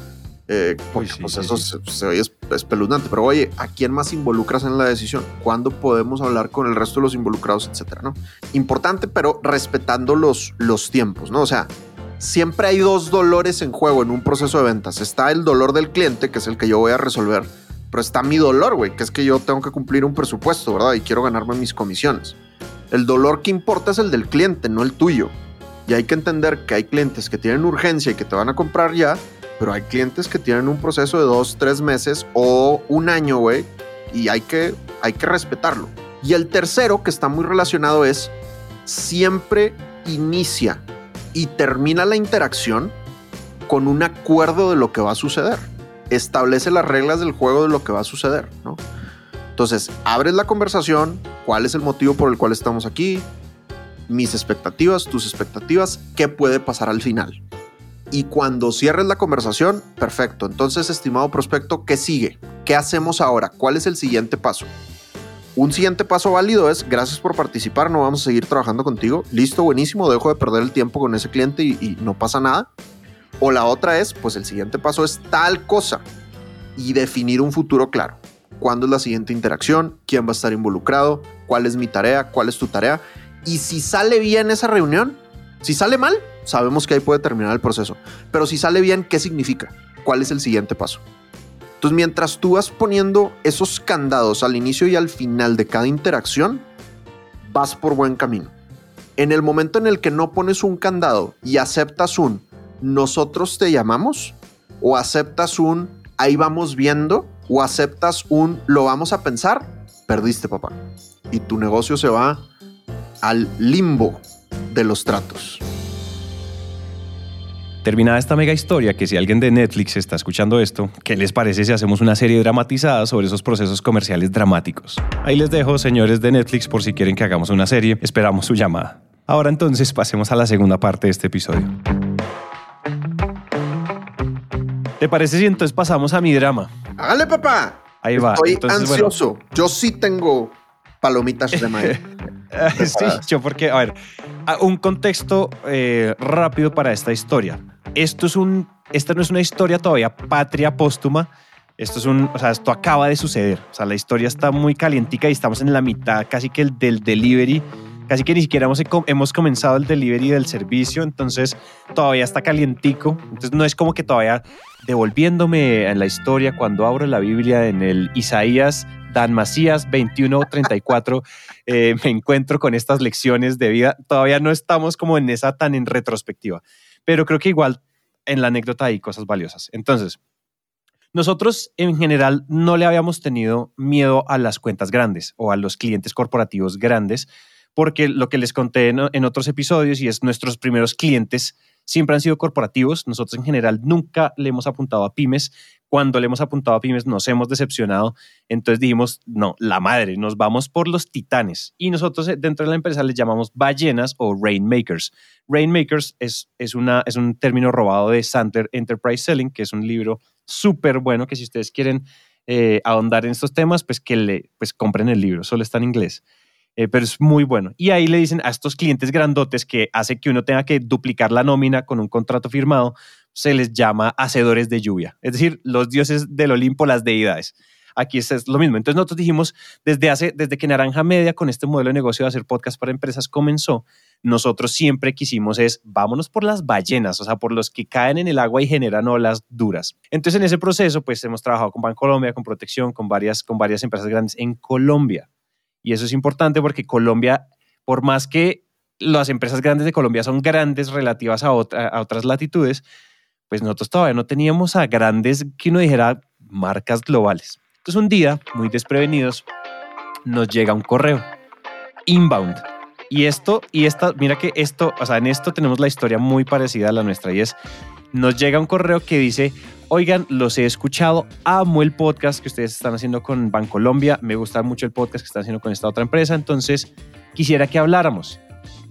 Porque eso se oye espeluznante. Pero oye, ¿a quién más involucras en la decisión? ¿Cuándo podemos hablar con el resto de los involucrados, etcétera, ¿no? Importante, pero respetando los tiempos, ¿no? O sea, siempre hay dos dolores en juego en un proceso de ventas. Está el dolor del cliente, que es el que yo voy a resolver, pero está mi dolor, güey, que es que yo tengo que cumplir un presupuesto, ¿verdad? Y quiero ganarme mis comisiones. El dolor que importa es el del cliente, no el tuyo. Y hay que entender que hay clientes que tienen urgencia y que te van a comprar ya, pero hay clientes que tienen un proceso de 2-3 meses o un año, güey, y hay que respetarlo. Y el tercero, que está muy relacionado, es siempre inicia y termina la interacción con un acuerdo de lo que va a suceder. Establece las reglas del juego de lo que va a suceder, ¿no? Entonces, abres la conversación, cuál es el motivo por el cual estamos aquí, mis expectativas, tus expectativas, qué puede pasar al final. Y cuando cierres la conversación, perfecto. Entonces, estimado prospecto, ¿qué sigue? ¿Qué hacemos ahora? ¿Cuál es el siguiente paso? Un siguiente paso válido es, gracias por participar, no vamos a seguir trabajando contigo. Listo, buenísimo, dejo de perder el tiempo con ese cliente y no pasa nada. O la otra es, pues el siguiente paso es tal cosa y definir un futuro claro. ¿Cuándo es la siguiente interacción? ¿Quién va a estar involucrado? ¿Cuál es mi tarea? ¿Cuál es tu tarea? Y si sale bien esa reunión, si sale mal, sabemos que ahí puede terminar el proceso. Pero si sale bien, ¿qué significa? ¿Cuál es el siguiente paso? Entonces, mientras tú vas poniendo esos candados al inicio y al final de cada interacción, vas por buen camino. En el momento en el que no pones un candado y aceptas un nosotros te llamamos, o aceptas un ahí vamos viendo, o aceptas un lo vamos a pensar, perdiste, papá. Y tu negocio se va al limbo de los tratos. Terminada esta mega historia, que si alguien de Netflix está escuchando esto, ¿qué les parece si hacemos una serie dramatizada sobre esos procesos comerciales dramáticos? Ahí les dejo, señores de Netflix, por si quieren que hagamos una serie. Esperamos su llamada. Ahora entonces pasemos a la segunda parte de este episodio. ¿Te parece si entonces pasamos a mi drama? ¡Hágale, papá! Ahí va. Estoy entonces, ansioso. Bueno. Yo sí tengo palomitas de maíz. Sí, yo porque, a ver, un contexto rápido para esta historia. Esta no es una historia todavía patria póstuma. Esto acaba de suceder. O sea, la historia está muy calientica y estamos en la mitad casi que del delivery. Casi que ni siquiera hemos comenzado el delivery del servicio, entonces todavía está calientico. Entonces no es como que todavía devolviéndome en la historia cuando abro la Biblia en el Isaías Dan Macías 21:34 me encuentro con estas lecciones de vida. Todavía no estamos como en esa tan en retrospectiva, pero creo que igual en la anécdota hay cosas valiosas. Entonces, nosotros en general no le habíamos tenido miedo a las cuentas grandes o a los clientes corporativos grandes, porque lo que les conté en otros episodios y es nuestros primeros clientes siempre han sido corporativos. Nosotros en general nunca le hemos apuntado a pymes. Cuando le hemos apuntado a pymes nos hemos decepcionado. Entonces dijimos, no, la madre, nos vamos por los titanes. Y nosotros dentro de la empresa les llamamos ballenas o rainmakers. Rainmakers es un término robado de Sandler Enterprise Selling, que es un libro súper bueno que si ustedes quieren ahondar en estos temas, pues compren el libro. Solo está en inglés. Pero es muy bueno. Y ahí le dicen a estos clientes grandotes que hace que uno tenga que duplicar la nómina con un contrato firmado, se les llama hacedores de lluvia. Es decir, los dioses del Olimpo, las deidades. Aquí es lo mismo. Entonces nosotros dijimos, desde que Naranja Media con este modelo de negocio de hacer podcast para empresas comenzó, nosotros siempre quisimos vámonos por las ballenas, o sea, por los que caen en el agua y generan olas duras. Entonces en ese proceso, pues hemos trabajado con Bancolombia, con Protección, con varias empresas grandes en Colombia. Y eso es importante porque Colombia, por más que las empresas grandes de Colombia son grandes relativas a otras latitudes, pues nosotros todavía no teníamos a grandes que uno dijera marcas globales. Entonces un día, muy desprevenidos, nos llega un correo inbound. Mira que en esto tenemos la historia muy parecida a la nuestra y nos llega un correo que dice: oigan, los he escuchado, amo el podcast que ustedes están haciendo con Bancolombia, me gusta mucho el podcast que están haciendo con esta otra empresa, entonces quisiera que habláramos.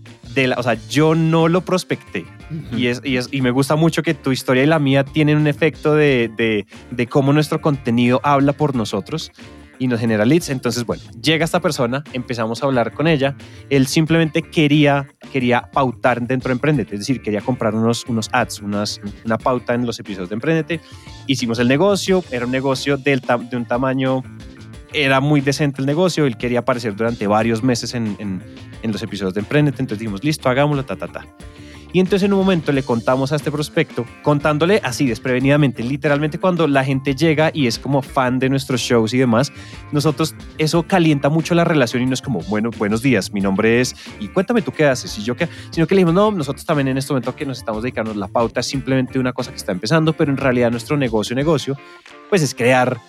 Yo no lo prospecté y me gusta mucho que tu historia y la mía tienen un efecto de cómo nuestro contenido habla por nosotros y nos genera leads. Entonces, bueno, llega esta persona, empezamos a hablar con ella, él simplemente quería quería pautar dentro de Emprendete, es decir, quería comprar unos ads, una pauta en los episodios de Emprendete. Hicimos el negocio, era un negocio de un tamaño, era muy decente el negocio, él quería aparecer durante varios meses en los episodios de Emprendete, entonces dijimos, listo, hagámoslo, Y entonces en un momento le contamos a este prospecto, contándole así desprevenidamente, literalmente cuando la gente llega y es como fan de nuestros shows y demás, nosotros eso calienta mucho la relación y no es como, bueno, buenos días, mi nombre es, y cuéntame tú qué haces, y yo qué, sino que le dijimos, no, nosotros también en este momento que nos estamos dedicando, la pauta es simplemente una cosa que está empezando, pero en realidad nuestro negocio, pues es crear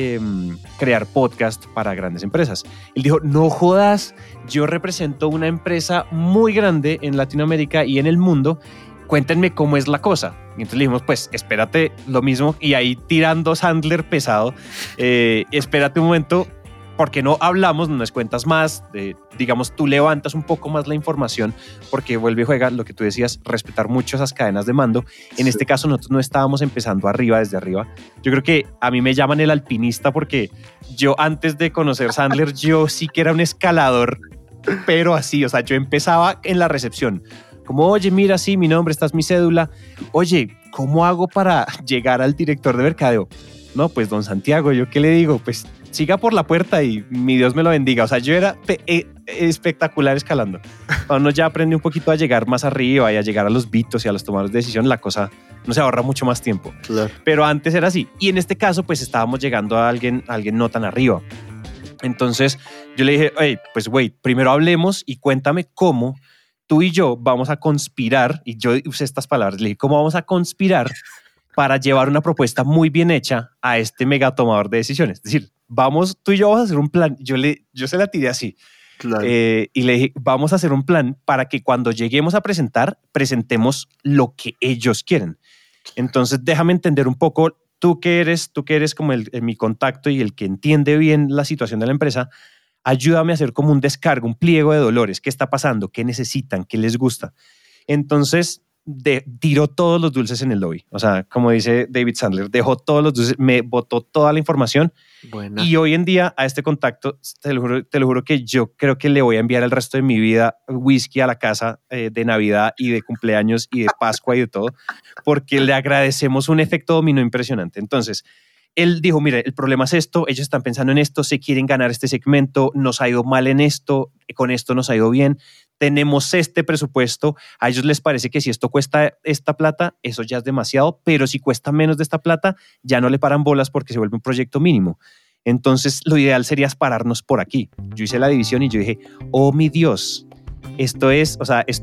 podcast para grandes empresas. Él dijo, no jodas, yo represento una empresa muy grande en Latinoamérica y en el mundo, cuéntenme cómo es la cosa. Y entonces le dijimos, pues espérate, lo mismo, y ahí tirando Sandler pesado, espérate un momento, porque no hablamos, no nos cuentas más, digamos, tú levantas un poco más la información, porque vuelve y juega lo que tú decías, respetar mucho esas cadenas de mando. En este caso nosotros no estábamos empezando desde arriba. Yo creo que a mí me llaman el alpinista porque yo antes de conocer Sandler, yo sí que era un escalador, pero así, o sea, yo empezaba en la recepción, como, oye, mira, sí, mi nombre, esta es mi cédula. Oye, ¿cómo hago para llegar al director de mercadeo? No, pues don Santiago, ¿yo qué le digo? Pues siga por la puerta y mi Dios me lo bendiga. O sea, yo era espectacular escalando. Cuando uno ya aprende un poquito a llegar más arriba y a llegar a los vitos y a los tomadores de decisión, la cosa no se ahorra mucho más tiempo. Claro. Pero antes era así. Y en este caso, pues estábamos llegando a alguien no tan arriba. Entonces yo le dije, hey, pues güey, primero hablemos y cuéntame cómo tú y yo vamos a conspirar. Y yo usé estas palabras, le dije, ¿cómo vamos a conspirar para llevar una propuesta muy bien hecha a este mega tomador de decisiones? Es decir, vamos, tú y yo vamos a hacer un plan. Yo se la tiré así. Claro. Y le dije, vamos a hacer un plan para que cuando lleguemos a presentemos lo que ellos quieren. Entonces, déjame entender un poco, tú que eres como mi contacto y el que entiende bien la situación de la empresa, ayúdame a hacer como un descargo, un pliego de dolores. ¿Qué está pasando? ¿Qué necesitan? ¿Qué les gusta? Entonces, tiró todos los dulces en el lobby. O sea, como dice David Sandler, dejó todos los dulces, me botó toda la información. Buena. Y hoy en día a este contacto, te lo juro que yo creo que le voy a enviar el resto de mi vida whisky a la casa de Navidad y de cumpleaños y de Pascua y de todo, porque le agradecemos un efecto dominó impresionante. Entonces, él dijo, mire, el problema es esto, ellos están pensando en esto, se quieren ganar este segmento, nos ha ido mal en esto, con esto nos ha ido bien, tenemos este presupuesto, a ellos les parece que si esto cuesta esta plata, eso ya es demasiado, pero si cuesta menos de esta plata, ya no le paran bolas porque se vuelve un proyecto mínimo. Entonces, lo ideal sería pararnos por aquí. Yo hice la división y yo dije, oh mi Dios, esto es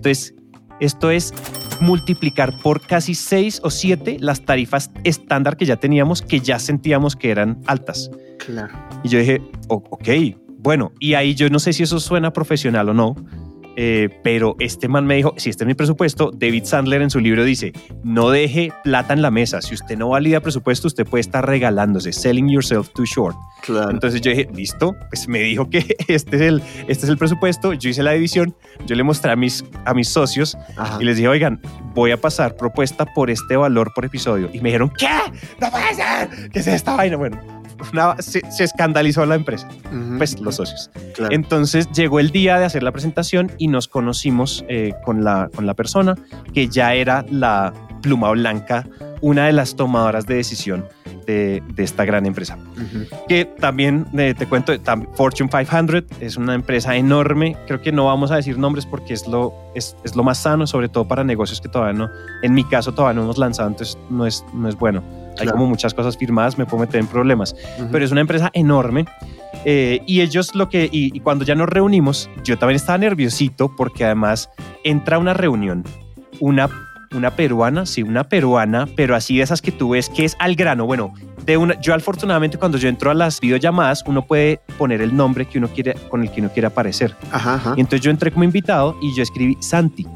multiplicar por casi 6 o 7 las tarifas estándar que ya teníamos, que ya sentíamos que eran altas. Claro. Y yo dije, ok, bueno, y ahí yo no sé si eso suena profesional o no, pero este man me dijo, si este es mi presupuesto, David Sandler en su libro dice, no deje plata en la mesa, si usted no valida presupuesto, usted puede estar regalándose, selling yourself too short. Claro. Entonces yo dije, listo, pues me dijo que este es el presupuesto, yo hice la división, yo le mostré a mis socios. Ajá. Y les dije, oigan, voy a pasar propuesta por este valor por episodio. Y me dijeron, ¿qué? ¡No puede ser! ¿Qué es esta vaina? Bueno, se escandalizó la empresa, pues los socios. Claro. Entonces llegó el día de hacer la presentación y nos conocimos con la persona que ya era la pluma blanca, una de las tomadoras de decisión de esta gran empresa. Que también, te cuento, Fortune 500 es una empresa enorme. Creo que no vamos a decir nombres porque es lo más sano, sobre todo para negocios que todavía no, en mi caso todavía no hemos lanzado, entonces no es bueno. Hay como muchas cosas firmadas, me puedo meter en problemas. Pero es una empresa enorme. Y ellos y cuando ya nos reunimos, yo también estaba nerviosito porque además entra a una reunión una peruana, pero así de esas que tú ves que es al grano. Bueno, yo afortunadamente cuando yo entro a las videollamadas, uno puede poner el nombre que uno quiere, con el que uno quiere aparecer. Ajá. Y entonces yo entré como invitado y yo escribí Santi.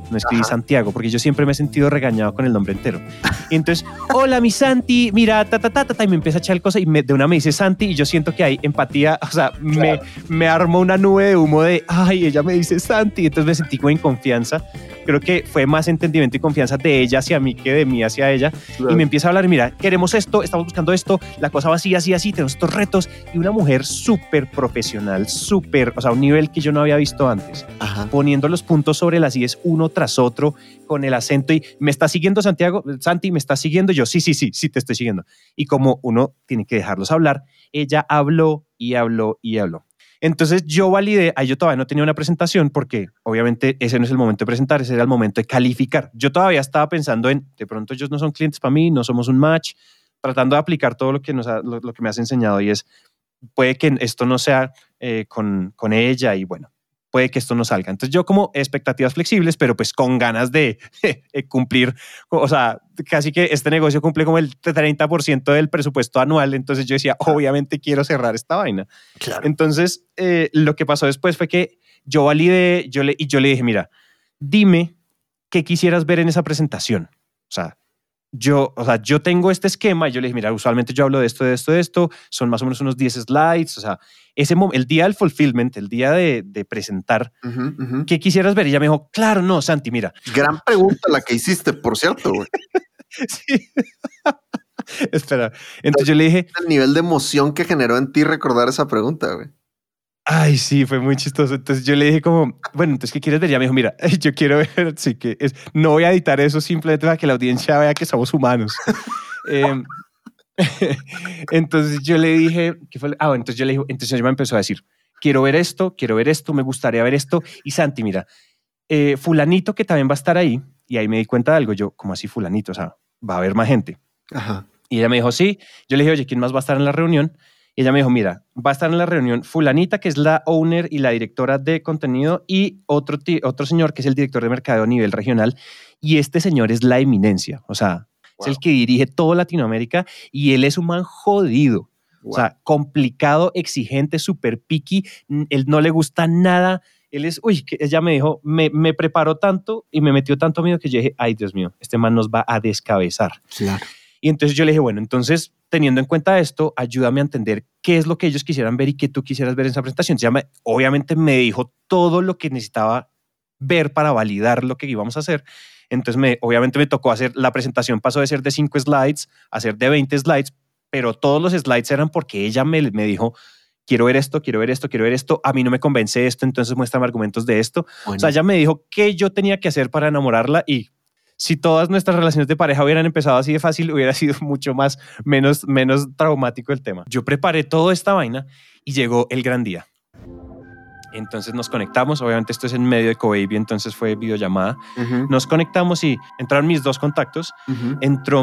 no escribí Ajá. Santiago, porque yo siempre me he sentido regañado con el nombre entero. Y entonces, hola, mi Santi, mira, y me empieza a echar el cosa y de una me dice Santi y yo siento que hay empatía, o sea, Claro. me armó una nube de humo de, ay, ella me dice Santi, y entonces me sentí como en confianza. Creo que fue más entendimiento y confianza de ella hacia mí que de mí hacia ella. Claro. Y me empieza a hablar, mira, queremos esto, estamos buscando esto, la cosa va así, así, así, tenemos estos retos. Y una mujer súper profesional, súper, o sea, un nivel que yo no había visto antes, Ajá. poniendo los puntos sobre las IES uno tras otro, con el acento y ¿me está siguiendo Santiago? Santi, ¿me está siguiendo? Yo, sí, te estoy siguiendo. Y como uno tiene que dejarlos hablar, ella habló y habló y habló. Entonces yo validé, ahí yo todavía no tenía una presentación porque obviamente ese no es el momento de presentar, ese era el momento de calificar. Yo todavía estaba pensando en, de pronto ellos no son clientes para mí, no somos un match, tratando de aplicar todo lo que, lo que me has enseñado y es, puede que esto no sea con ella y bueno, puede que esto no salga. Entonces yo como expectativas flexibles, pero pues con ganas de cumplir, o sea, casi que este negocio cumple como el 30% del presupuesto anual, entonces yo decía, obviamente quiero cerrar esta vaina. Claro. Entonces lo que pasó después fue que yo validé, yo le dije, mira, dime qué quisieras ver en esa presentación. O sea, yo tengo este esquema y yo le dije, mira, usualmente yo hablo de esto, son más o menos unos 10 slides, o sea, el día del fulfillment, el día de presentar, Ujú, ujú. ¿qué quisieras ver? Y ella me dijo, claro, no, Santi, mira. Gran pregunta la que hiciste, por cierto, güey. Sí. Espera, entonces yo le dije, El nivel de emoción que generó en ti recordar esa pregunta, güey. ay, sí, fue muy chistoso. Entonces yo le dije como, bueno, entonces, ¿qué quieres ver? Ya me dijo, mira, yo quiero ver, sí, no voy a editar eso simplemente para que la audiencia vea que somos humanos. Entonces yo le dije, ¿qué fue? Bueno, entonces yo le dije, entonces ella me empezó a decir, quiero ver esto, me gustaría ver esto. Y Santi, mira, fulanito que también va a estar ahí. Y ahí me di cuenta de algo, yo, ¿cómo así fulanito? O sea, va a haber más gente. Ajá. Y ella me dijo, sí. Yo le dije, oye, ¿quién más va a estar en la reunión? Y ella me dijo, mira, va a estar en la reunión fulanita, que es la owner y la directora de contenido, y otro señor que es el director de mercadeo a nivel regional. Y este señor es la eminencia. O sea, wow. Es el que dirige todo Latinoamérica y él es un man jodido. Wow. O sea, complicado, exigente, súper picky. Él no le gusta nada. Él es, que ella me dijo, me preparó tanto y me metió tanto miedo que yo dije, ay, Dios mío, este man nos va a descabezar. Claro. Y entonces yo le dije, bueno, entonces, teniendo en cuenta esto, ayúdame a entender qué es lo que ellos quisieran ver y qué tú quisieras ver en esa presentación. Obviamente me dijo todo lo que necesitaba ver para validar lo que íbamos a hacer. Entonces, obviamente me tocó hacer, la presentación pasó de ser de 5 slides a ser de 20 slides, pero todos los slides eran porque ella me dijo, quiero ver esto, a mí no me convence esto, entonces muéstrame argumentos de esto. Bueno. O sea, ella me dijo qué yo tenía que hacer para enamorarla y si todas nuestras relaciones de pareja hubieran empezado así de fácil, hubiera sido mucho menos traumático el tema. Yo preparé toda esta vaina y llegó el gran día. Entonces nos conectamos, obviamente esto es en medio de Cobaby, entonces fue videollamada. Uh-huh. Nos conectamos y entraron mis dos contactos. Uh-huh. Entró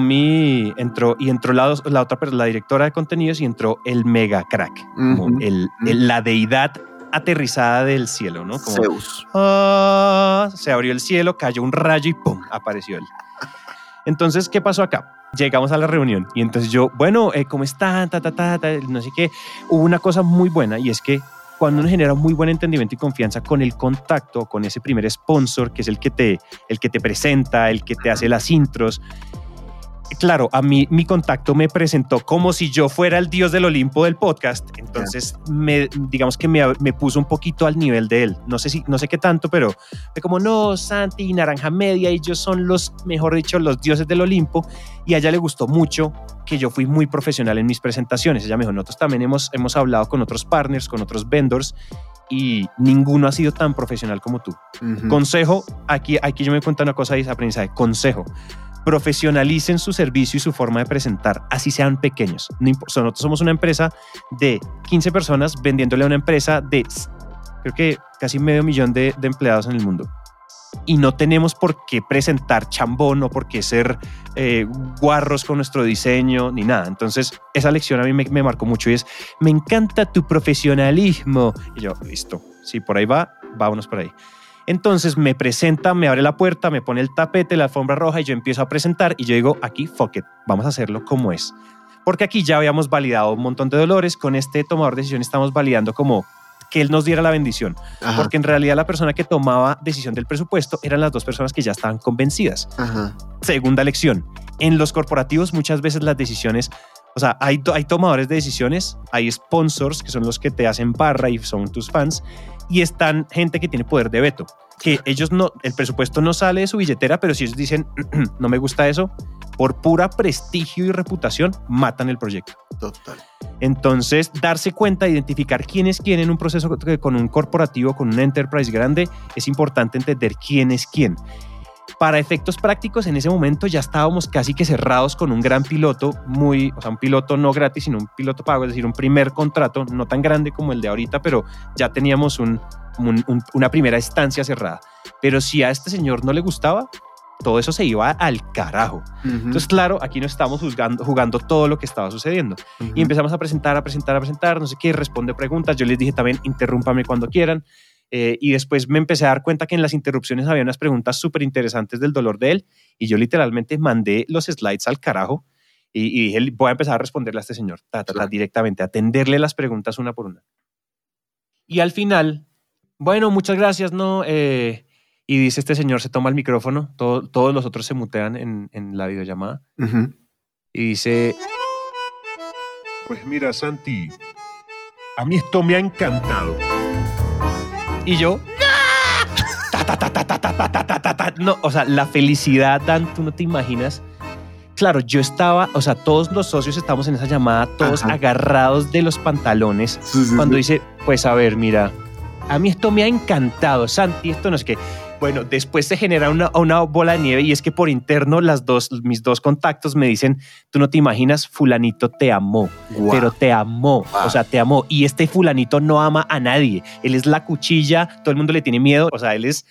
la directora de contenidos y entró el mega crack, uh-huh. Como la deidad aterrizada del cielo, ¿no? Como, Zeus. Se abrió el cielo, cayó un rayo y ¡pum! Apareció él. Entonces, ¿qué pasó acá? Llegamos a la reunión y entonces yo, bueno, ¿cómo están? No sé qué. Hubo una cosa muy buena y es que cuando uno genera muy buen entendimiento y confianza con el contacto, con ese primer sponsor, que es el que te presenta, el que te hace las intros. Claro, a mí mi contacto me presentó como si yo fuera el dios del Olimpo del podcast, entonces digamos que me puso un poquito al nivel de él. No sé qué tanto, pero fue como, no, Santi y Naranja Media, ellos son mejor dicho, los dioses del Olimpo, y a ella le gustó mucho que yo fui muy profesional en mis presentaciones. Ella me dijo, nosotros también hemos hablado con otros partners, con otros vendors, y ninguno ha sido tan profesional como tú. Uh-huh. Consejo, aquí yo me cuento una cosa de aprendizaje, consejo. Profesionalicen su servicio y su forma de presentar, así sean pequeños. Nosotros somos una empresa de 15 personas vendiéndole a una empresa de, creo que casi 500,000 de empleados en el mundo. Y no tenemos por qué presentar chambón o por qué ser guarros con nuestro diseño ni nada. Entonces, esa lección a mí me marcó mucho y es, me encanta tu profesionalismo. Y yo, listo, si por ahí va, vámonos por ahí. Entonces me presenta, me abre la puerta, me pone el tapete, la alfombra roja y yo empiezo a presentar y yo digo, aquí, fuck it, vamos a hacerlo como es. Porque aquí ya habíamos validado un montón de dolores, con este tomador de decisión estamos validando como que él nos diera la bendición. Ajá. Porque en realidad la persona que tomaba decisión del presupuesto eran las dos personas que ya estaban convencidas. Ajá. Segunda lección. En los corporativos muchas veces las decisiones, o sea, hay tomadores de decisiones, hay sponsors que son los que te hacen barra y son tus fans, y están gente que tiene poder de veto, que ellos no, el presupuesto no sale de su billetera, pero si ellos dicen no me gusta eso, por pura prestigio y reputación matan el proyecto. Total. Entonces, darse cuenta, identificar quién es quién en un proceso con un corporativo, con un enterprise grande, es importante entender quién es quién. Para efectos prácticos, en ese momento ya estábamos casi que cerrados con un gran piloto, o sea, un piloto no gratis, sino un piloto pago, es decir, un primer contrato, no tan grande como el de ahorita, pero ya teníamos una primera estancia cerrada. Pero si a este señor no le gustaba, todo eso se iba al carajo. Uh-huh. Entonces, claro, aquí no estábamos jugando todo lo que estaba sucediendo. Uh-huh. Y empezamos a presentar, no sé qué, responde preguntas. Yo les dije también, interrúmpame cuando quieran. Y después me empecé a dar cuenta que en las interrupciones había unas preguntas súper interesantes del dolor de él. Y yo literalmente mandé los slides al carajo y dije, voy a empezar a responderle a este señor directamente, atenderle las preguntas una por una. Y al final, bueno, muchas gracias, ¿no? Y dice este señor, se toma el micrófono, todos los otros se mutean en la videollamada. Uh-huh. Y dice... Pues mira, Santi, a mí esto me ha encantado. Y yo... No, o sea, la felicidad, Dan, tú no te imaginas. Claro, yo estaba, o sea, todos los socios estábamos en esa llamada, todos agarrados de los pantalones. Sí. Cuando dice, pues a ver, mira, a mí esto me ha encantado, Santi, esto no es que... Bueno, después se genera una bola de nieve y es que por interno mis dos contactos me dicen, tú no te imaginas, fulanito te amó, pero te amó, o sea, te amó. Y este fulanito no ama a nadie, él es la cuchilla, todo el mundo le tiene miedo, o sea, él es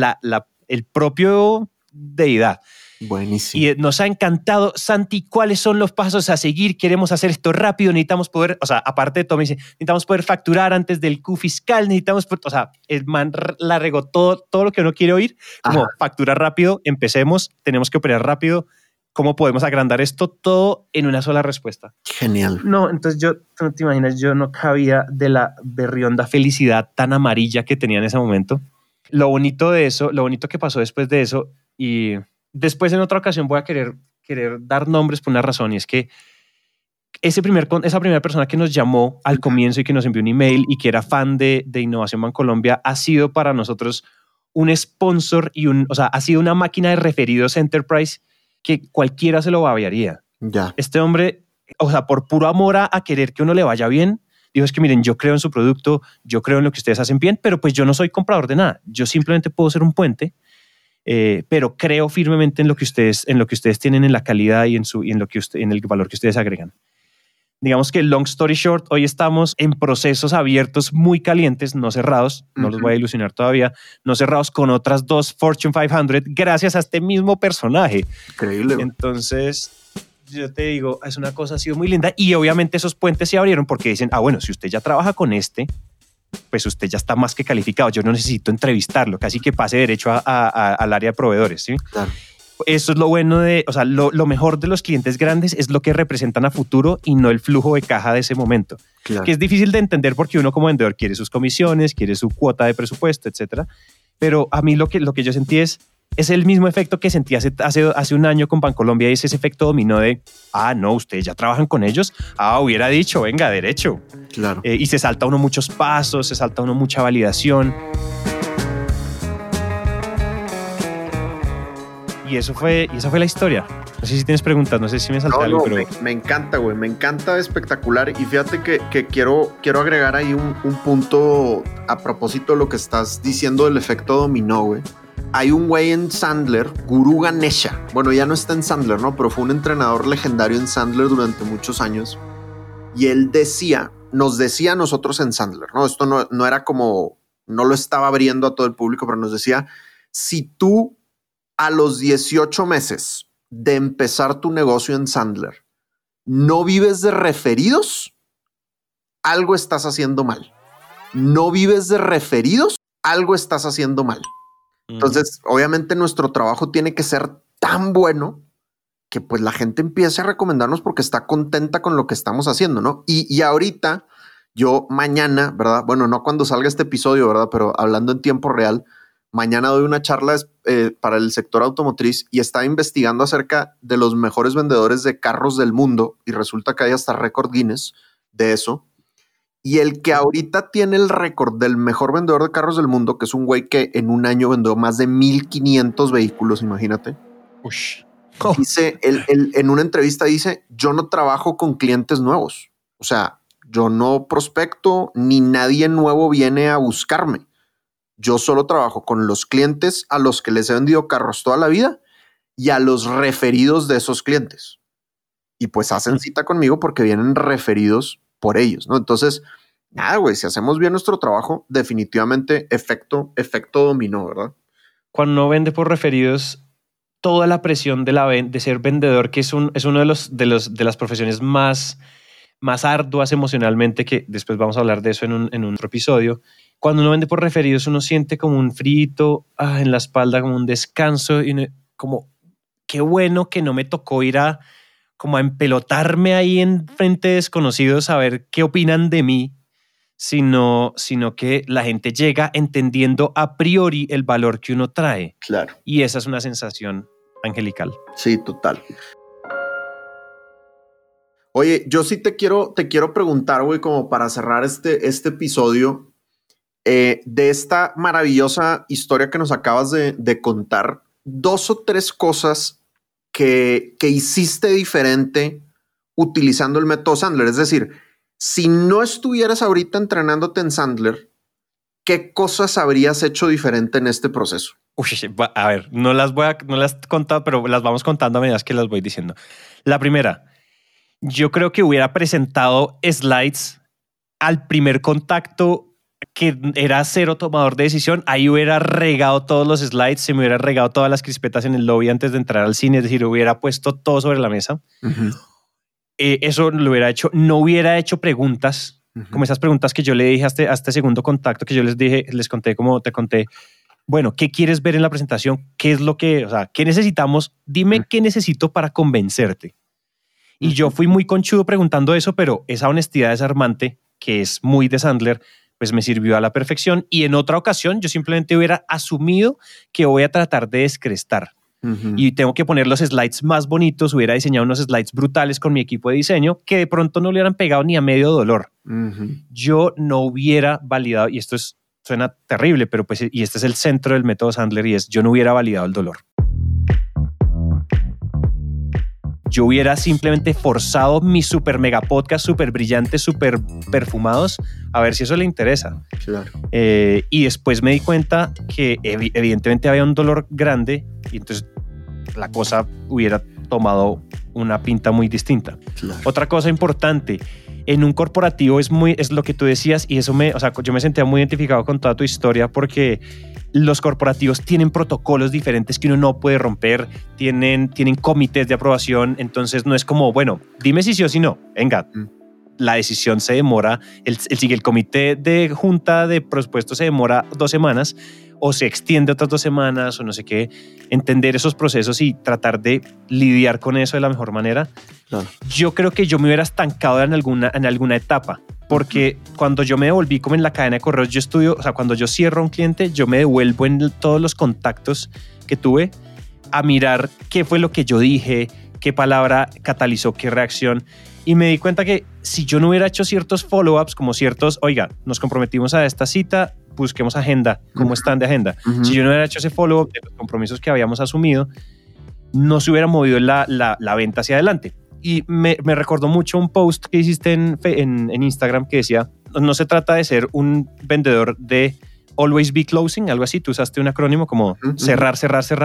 el propio deidad. Buenísimo. Y nos ha encantado, Santi, ¿cuáles son los pasos a seguir? Queremos hacer esto rápido, necesitamos poder, o sea, aparte de todo, me dice, necesitamos poder facturar antes del Q fiscal, o sea, el man la regó todo lo que uno quiere oír, como facturar rápido, empecemos, tenemos que operar rápido, ¿cómo podemos agrandar esto? Todo en una sola respuesta. Genial. No, entonces tú no te imaginas, yo no cabía de la berrionda felicidad tan amarilla que tenía en ese momento. Lo bonito que pasó después de eso, y después en otra ocasión voy a querer dar nombres por una razón, y es que esa primera persona que nos llamó al comienzo y que nos envió un email y que era fan de Innovación Bancolombia ha sido para nosotros un sponsor o sea, ha sido una máquina de referidos enterprise que cualquiera se lo babearía. Ya. Este hombre, o sea, por puro amor a querer que uno le vaya bien, dijo, es que miren, yo creo en su producto, yo creo en lo que ustedes hacen bien, pero pues yo no soy comprador de nada, yo simplemente puedo ser un puente. Pero creo firmemente en lo que ustedes tienen en la calidad y en el valor que ustedes agregan. Digamos que long story short, hoy estamos en procesos abiertos muy calientes, no cerrados, no los voy a ilusionar todavía, no cerrados con otras 2 Fortune 500 gracias a este mismo personaje. Increíble. Entonces, yo te digo, es una cosa, ha sido muy linda y obviamente esos puentes se abrieron porque dicen, bueno, si usted ya trabaja con pues usted ya está más que calificado, yo no necesito entrevistarlo, casi que pase derecho al área de proveedores, ¿sí? Claro. Eso es lo bueno o sea, lo mejor de los clientes grandes es lo que representan a futuro y no el flujo de caja de ese momento, claro. Que es difícil de entender porque uno como vendedor quiere sus comisiones, quiere su cuota de presupuesto, etcétera. Pero a mí lo que yo sentí es el mismo efecto que sentí hace un año con Bancolombia, y es ese efecto dominó de, no, ustedes ya trabajan con ellos, hubiera dicho, venga, derecho. Claro. Y se salta uno muchos pasos, se salta uno mucha validación. Y esa fue la historia. No sé si tienes preguntas, no sé si me salté algo, pero... Me encanta, güey, me encanta, espectacular. Y fíjate que quiero agregar ahí un punto a propósito de lo que estás diciendo del efecto dominó, güey. Hay un güey en Sandler, Guru Ganesha. Bueno, ya no está en Sandler, ¿no? Pero fue un entrenador legendario en Sandler durante muchos años. Y él nos decía a nosotros en Sandler, ¿no? Esto no era como, no lo estaba abriendo a todo el público, pero nos decía, si tú a los 18 meses de empezar tu negocio en Sandler no vives de referidos, algo estás haciendo mal. No vives de referidos, algo estás haciendo mal. Entonces, obviamente nuestro trabajo tiene que ser tan bueno que pues la gente empiece a recomendarnos porque está contenta con lo que estamos haciendo, ¿no? Y ahorita Yo mañana, ¿verdad? Bueno, no cuando salga este episodio, ¿verdad? Pero hablando en tiempo real, mañana doy una charla para el sector automotriz y estaba investigando acerca de los mejores vendedores de carros del mundo y resulta que hay hasta récord Guinness de eso. Y el que ahorita tiene el récord del mejor vendedor de carros del mundo, que es un güey que en un año vendió más de 1,500 vehículos, imagínate. Ush. Dice, en una entrevista dice, yo no trabajo con clientes nuevos. O sea, yo no prospecto ni nadie nuevo viene a buscarme. Yo solo trabajo con los clientes a los que les he vendido carros toda la vida y a los referidos de esos clientes. Y pues hacen cita conmigo porque vienen referidos por ellos, ¿no? Entonces, nada, güey, si hacemos bien nuestro trabajo, definitivamente efecto dominó, ¿verdad? Cuando uno vende por referidos, toda la presión de ser vendedor, que es uno de las profesiones más arduas emocionalmente, que después vamos a hablar de eso en un otro episodio. Cuando uno vende por referidos, uno siente como un frito en la espalda, como un descanso, y como qué bueno que no me tocó ir como a empelotarme ahí en frente de desconocidos a ver qué opinan de mí, sino que la gente llega entendiendo a priori el valor que uno trae. Claro. Y esa es una sensación angelical. Sí, total. Oye, yo sí te quiero preguntar, güey, como para cerrar este episodio, de esta maravillosa historia que nos acabas de contar, 2 o 3 cosas que hiciste diferente utilizando el método Sandler. Es decir, si no estuvieras ahorita entrenándote en Sandler, ¿qué cosas habrías hecho diferente en este proceso? Uy, a ver, no las he contado, pero las vamos contando a medida que las voy diciendo. La primera, yo creo que hubiera presentado slides al primer contacto que era cero tomador de decisión. Ahí hubiera regado todos los slides, se me hubiera regado todas las crispetas en el lobby antes de entrar al cine, es decir, hubiera puesto todo sobre la mesa. Uh-huh. Eso lo hubiera hecho. No hubiera hecho preguntas, uh-huh, como esas preguntas que yo le dije a este segundo contacto, que yo les conté, como te conté. Bueno, ¿qué quieres ver en la presentación? ¿Qué es lo que, o sea, qué necesitamos? Dime, uh-huh, qué necesito para convencerte. Y yo fui muy conchudo preguntando eso, pero esa honestidad desarmante, que es muy de Sandler, pues me sirvió a la perfección. Y en otra ocasión yo simplemente hubiera asumido que voy a tratar de descrestar. Uh-huh. Y tengo que poner los slides más bonitos. Hubiera diseñado unos slides brutales con mi equipo de diseño que de pronto no le hubieran pegado ni a medio dolor. Uh-huh. Yo no hubiera validado, y esto suena terrible, pero pues, y este es el centro del método Sandler, y es, yo no hubiera validado el dolor. Yo hubiera simplemente forzado mis super mega podcasts, super brillantes, super perfumados, a ver si eso le interesa. Claro. Y después me di cuenta que evidentemente había un dolor grande y entonces la cosa hubiera tomado una pinta muy distinta. Claro. Otra cosa importante, en un corporativo es lo que tú decías, y eso yo me sentía muy identificado con toda tu historia, porque los corporativos tienen protocolos diferentes que uno no puede romper, tienen comités de aprobación, entonces no es como, bueno, dime si sí o si no, venga, la decisión se demora, el comité de junta de presupuesto se demora 2 semanas, o se extiende otras 2 semanas, o no sé qué. Entender esos procesos y tratar de lidiar con eso de la mejor manera. Claro. Yo creo que yo me hubiera estancado en alguna etapa, porque cuando yo me devolví como en la cadena de correos, yo estudio, o sea, cuando yo cierro a un cliente, yo me devuelvo en todos los contactos que tuve a mirar qué fue lo que yo dije, qué palabra catalizó qué reacción, y me di cuenta que si yo no hubiera hecho ciertos follow-ups, como ciertos, oiga, nos comprometimos a esta cita, busquemos agenda, cómo están de agenda. Uh-huh. Si yo no hubiera hecho ese follow-up de los compromisos que habíamos asumido, no se hubiera movido la venta hacia adelante. Y me recordó mucho un post que hiciste en Instagram que decía, no se trata de ser un vendedor de always be closing, algo así, tú usaste un acrónimo como uh-huh, cerrar,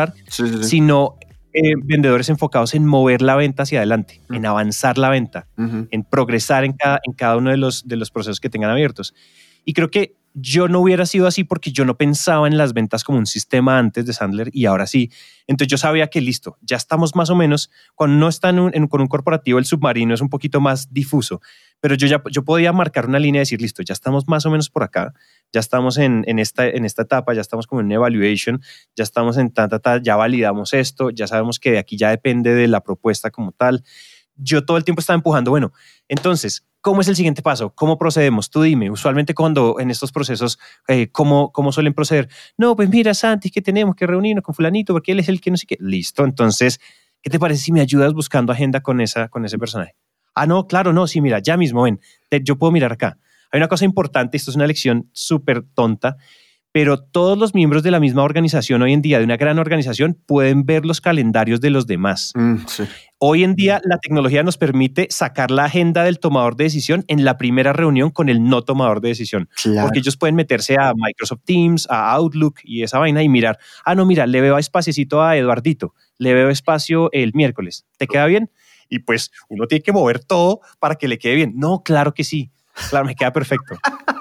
sí. Sino vendedores enfocados en mover la venta hacia adelante, uh-huh, en avanzar la venta, uh-huh, en progresar en cada uno de los procesos que tengan abiertos. Y creo que yo no hubiera sido así porque yo no pensaba en las ventas como un sistema antes de Sandler, y ahora sí. Entonces yo sabía que listo, ya estamos más o menos, cuando no está con un corporativo, el submarino es un poquito más difuso, pero yo podía marcar una línea y decir, listo, ya estamos más o menos por acá, ya estamos en esta etapa, ya estamos como en una evaluation, ya estamos en ya validamos esto, ya sabemos que de aquí ya depende de la propuesta como tal. Yo todo el tiempo estaba empujando, bueno, entonces, ¿cómo es el siguiente paso? ¿Cómo procedemos? Tú dime, usualmente cuando en estos procesos, ¿cómo suelen proceder? No, pues mira, Santi, que tenemos que reunirnos con fulanito porque él es el que no sé qué. Listo, entonces, ¿qué te parece si me ayudas buscando agenda con ese personaje? Ah, no, claro, no, sí, mira, ya mismo, ven, yo puedo mirar acá. Hay una cosa importante, esto es una lección súper tonta, pero todos los miembros de la misma organización hoy en día, de una gran organización, pueden ver los calendarios de los demás. Sí. Hoy en día la tecnología nos permite sacar la agenda del tomador de decisión en la primera reunión con el no tomador de decisión. Claro. Porque ellos pueden meterse a Microsoft Teams, a Outlook y esa vaina y mirar, no, mira, le veo espaciecito a Eduardito, le veo espacio el miércoles. ¿Te queda bien? Y pues uno tiene que mover todo para que le quede bien. No, claro que sí. Claro, me queda perfecto.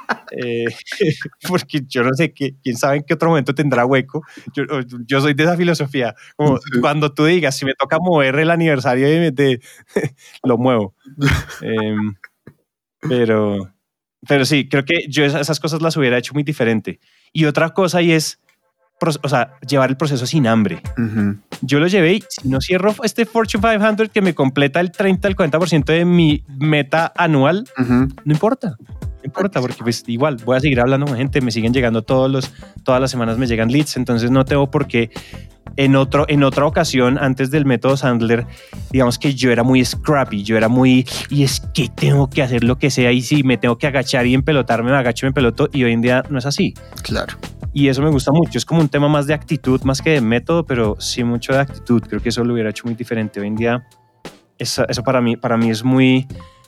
Porque yo no sé, quién sabe en qué otro momento tendrá hueco. Yo soy de esa filosofía. Como cuando tú digas, si me toca mover el aniversario, lo muevo. Pero sí, creo que yo esas cosas las hubiera hecho muy diferente. Y otra cosa y es, llevar el proceso sin hambre. Yo lo llevé y si no cierro este Fortune 500 que me completa el 30 al 40% de mi meta anual, no importa. No importa, porque pues igual voy a seguir hablando con gente, me siguen llegando todas las semanas me llegan leads, entonces no tengo por qué. En otra ocasión, antes del método Sandler, digamos que yo era muy scrappy, y es que tengo que hacer lo que sea, y si me tengo que agachar y empelotarme, me agacho y me empeloto, y hoy en día no es así. Claro. Y eso me gusta mucho, es como un tema más de actitud, más que de método, pero sí mucho de actitud. Creo que eso lo hubiera hecho muy diferente. Hoy en día, eso para mí es muy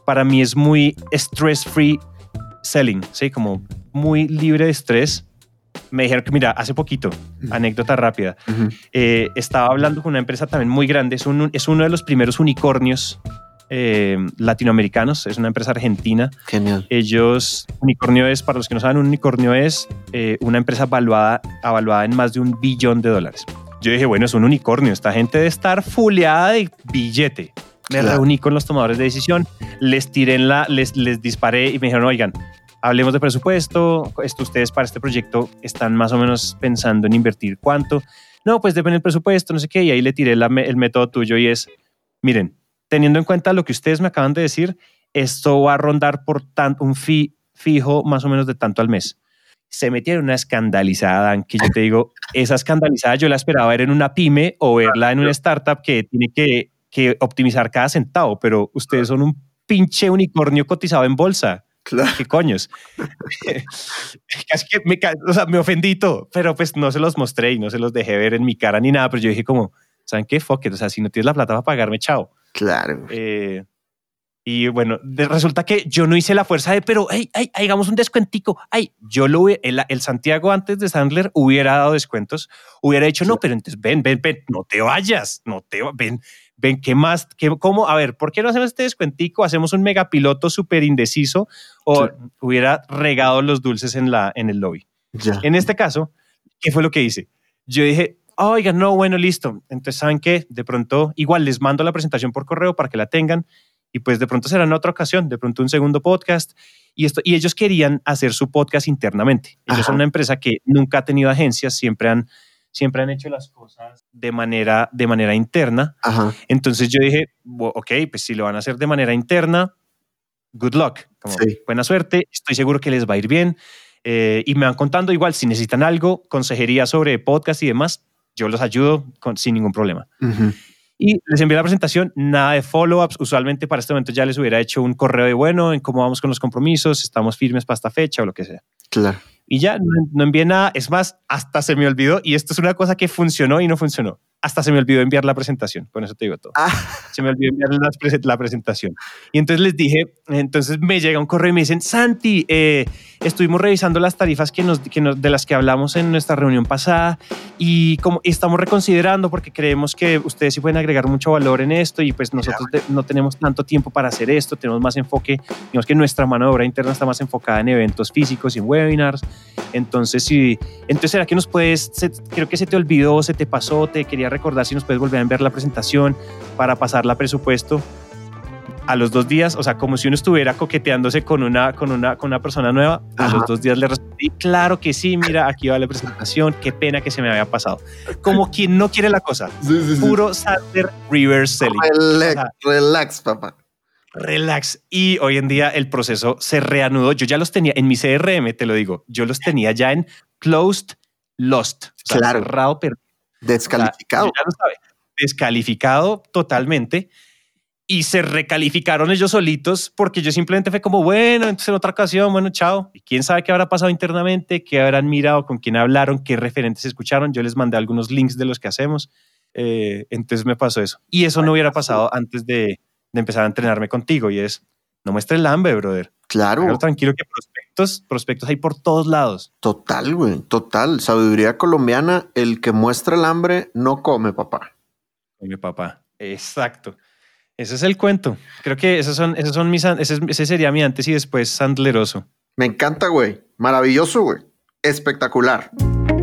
stress-free selling, ¿sí? Como muy libre de estrés. Me dijeron que, mira, hace poquito, anécdota rápida, estaba hablando con una empresa también muy grande, es uno de los primeros unicornios latinoamericanos, es una empresa argentina. Genial. Unicornio es, para los que no saben, un unicornio es una empresa evaluada en más de $1 billón. Yo dije, bueno, es un unicornio, esta gente debe estar fuleada de billete. Me reuní con los tomadores de decisión, les disparé y me dijeron, oigan, hablemos de presupuesto, ustedes para este proyecto están más o menos pensando en invertir ¿cuánto? No, pues depende del presupuesto, no sé qué, y ahí le tiré el método tuyo y es, miren, teniendo en cuenta lo que ustedes me acaban de decir, esto va a rondar por un fee fijo más o menos de tanto al mes. Se metieron una escandalizada, Dan, que yo te digo, esa escandalizada yo la esperaba ver en una pyme o verla en una startup que tiene que optimizar cada centavo, pero ustedes son un pinche unicornio cotizado en bolsa. Claro. ¿Qué coños? Casi que me ofendí todo, pero pues no se los mostré y no se los dejé ver en mi cara ni nada, pero yo dije como, ¿saben qué? Fuck it, si no tienes la plata para pagarme, chao. Claro. Y bueno, resulta que yo no hice la fuerza de, pero hagamos un descuentico. El Santiago antes de Sandler hubiera dado descuentos, hubiera dicho, no, pero entonces ven, no te vayas, ven, ¿qué más? ¿Cómo? A ver, ¿por qué no hacemos este descuentico? Hacemos un megapiloto súper indeciso o hubiera regado los dulces en el lobby. Ya. En este caso, ¿qué fue lo que hice? Yo dije, oigan, no, bueno, listo. Entonces, ¿saben qué? De pronto, igual les mando la presentación por correo para que la tengan y pues de pronto será en otra ocasión, de pronto un segundo podcast y ellos querían hacer su podcast internamente. Ellos son una empresa que nunca ha tenido agencias, siempre han hecho las cosas de manera interna. Ajá. Entonces yo dije, ok, pues si lo van a hacer de manera interna, good luck, buena suerte, estoy seguro que les va a ir bien. Y me van contando igual, si necesitan algo, consejería sobre podcast y demás, yo los ayudo sin ningún problema. Uh-huh. Y les envié la presentación, nada de follow-ups. Usualmente para este momento ya les hubiera hecho un correo de bueno, en cómo vamos con los compromisos, estamos firmes para esta fecha o lo que sea. Claro. Y ya no envié nada. Es más, hasta se me olvidó, y esto es una cosa que funcionó y no funcionó. Hasta se me olvidó enviar la presentación. Con eso te digo todo. Se me olvidó enviar la presentación. Y entonces les dije, entonces me llega un correo y me dicen, Santi, estuvimos revisando las tarifas de las que hablamos en nuestra reunión pasada y como estamos reconsiderando porque creemos que ustedes sí pueden agregar mucho valor en esto y pues nosotros no tenemos tanto tiempo para hacer esto, tenemos más enfoque, digamos que nuestra mano de obra interna está más enfocada en eventos físicos y en webinars. Entonces, ¿será que nos puedes, creo que se te olvidó, se te pasó, te quería recordar si nos puedes volver a enviar la presentación para pasarla a presupuesto? A los 2 días, o sea, como si uno estuviera coqueteándose con una persona nueva. A los 2 días le respondí, claro que sí, mira, aquí va la presentación, qué pena que se me había pasado. Como quien no quiere la cosa. Sí. Puro Sandler reverse selling. Relax, papá. relax. Y hoy en día el proceso se reanudó. Yo ya los tenía en mi CRM, te lo digo. Yo los tenía ya en closed, lost. O sea, claro. Cerrado, pero descalificado. O sea, ya lo sabe. Descalificado totalmente. Y se recalificaron ellos solitos porque yo simplemente fue como, bueno, entonces en otra ocasión, bueno, chao. Y quién sabe qué habrá pasado internamente, qué habrán mirado, con quién hablaron, qué referentes escucharon. Yo les mandé algunos links de los que hacemos. Entonces me pasó eso. Y eso no hubiera pasado antes de empezar a entrenarme contigo. Y es, no muestre el hambre, brother. Claro. Pero tranquilo que prospectos hay por todos lados. Total, güey, total. Sabiduría colombiana, el que muestra el hambre no come, papá. Come, papá. Exacto. Ese es el cuento. Creo que ese sería mi antes y después sandleroso. Me encanta, güey. Maravilloso, güey. Espectacular.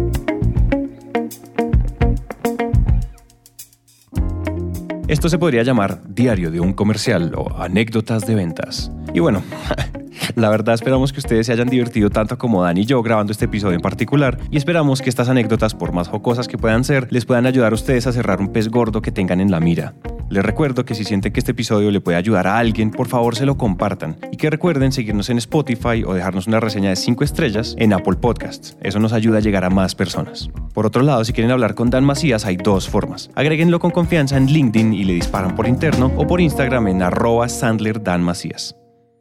Esto se podría llamar diario de un comercial o anécdotas de ventas. Y bueno, la verdad esperamos que ustedes se hayan divertido tanto como Dan y yo grabando este episodio en particular y esperamos que estas anécdotas, por más jocosas que puedan ser, les puedan ayudar a ustedes a cerrar un pez gordo que tengan en la mira. Les recuerdo que si sienten que este episodio le puede ayudar a alguien, por favor se lo compartan y que recuerden seguirnos en Spotify o dejarnos una reseña de 5 estrellas en Apple Podcasts. Eso nos ayuda a llegar a más personas. Por otro lado, si quieren hablar con Dan Macías, hay 2 formas. Agréguenlo con confianza en LinkedIn y le disparan por interno o por Instagram en @SandlerDanMacías.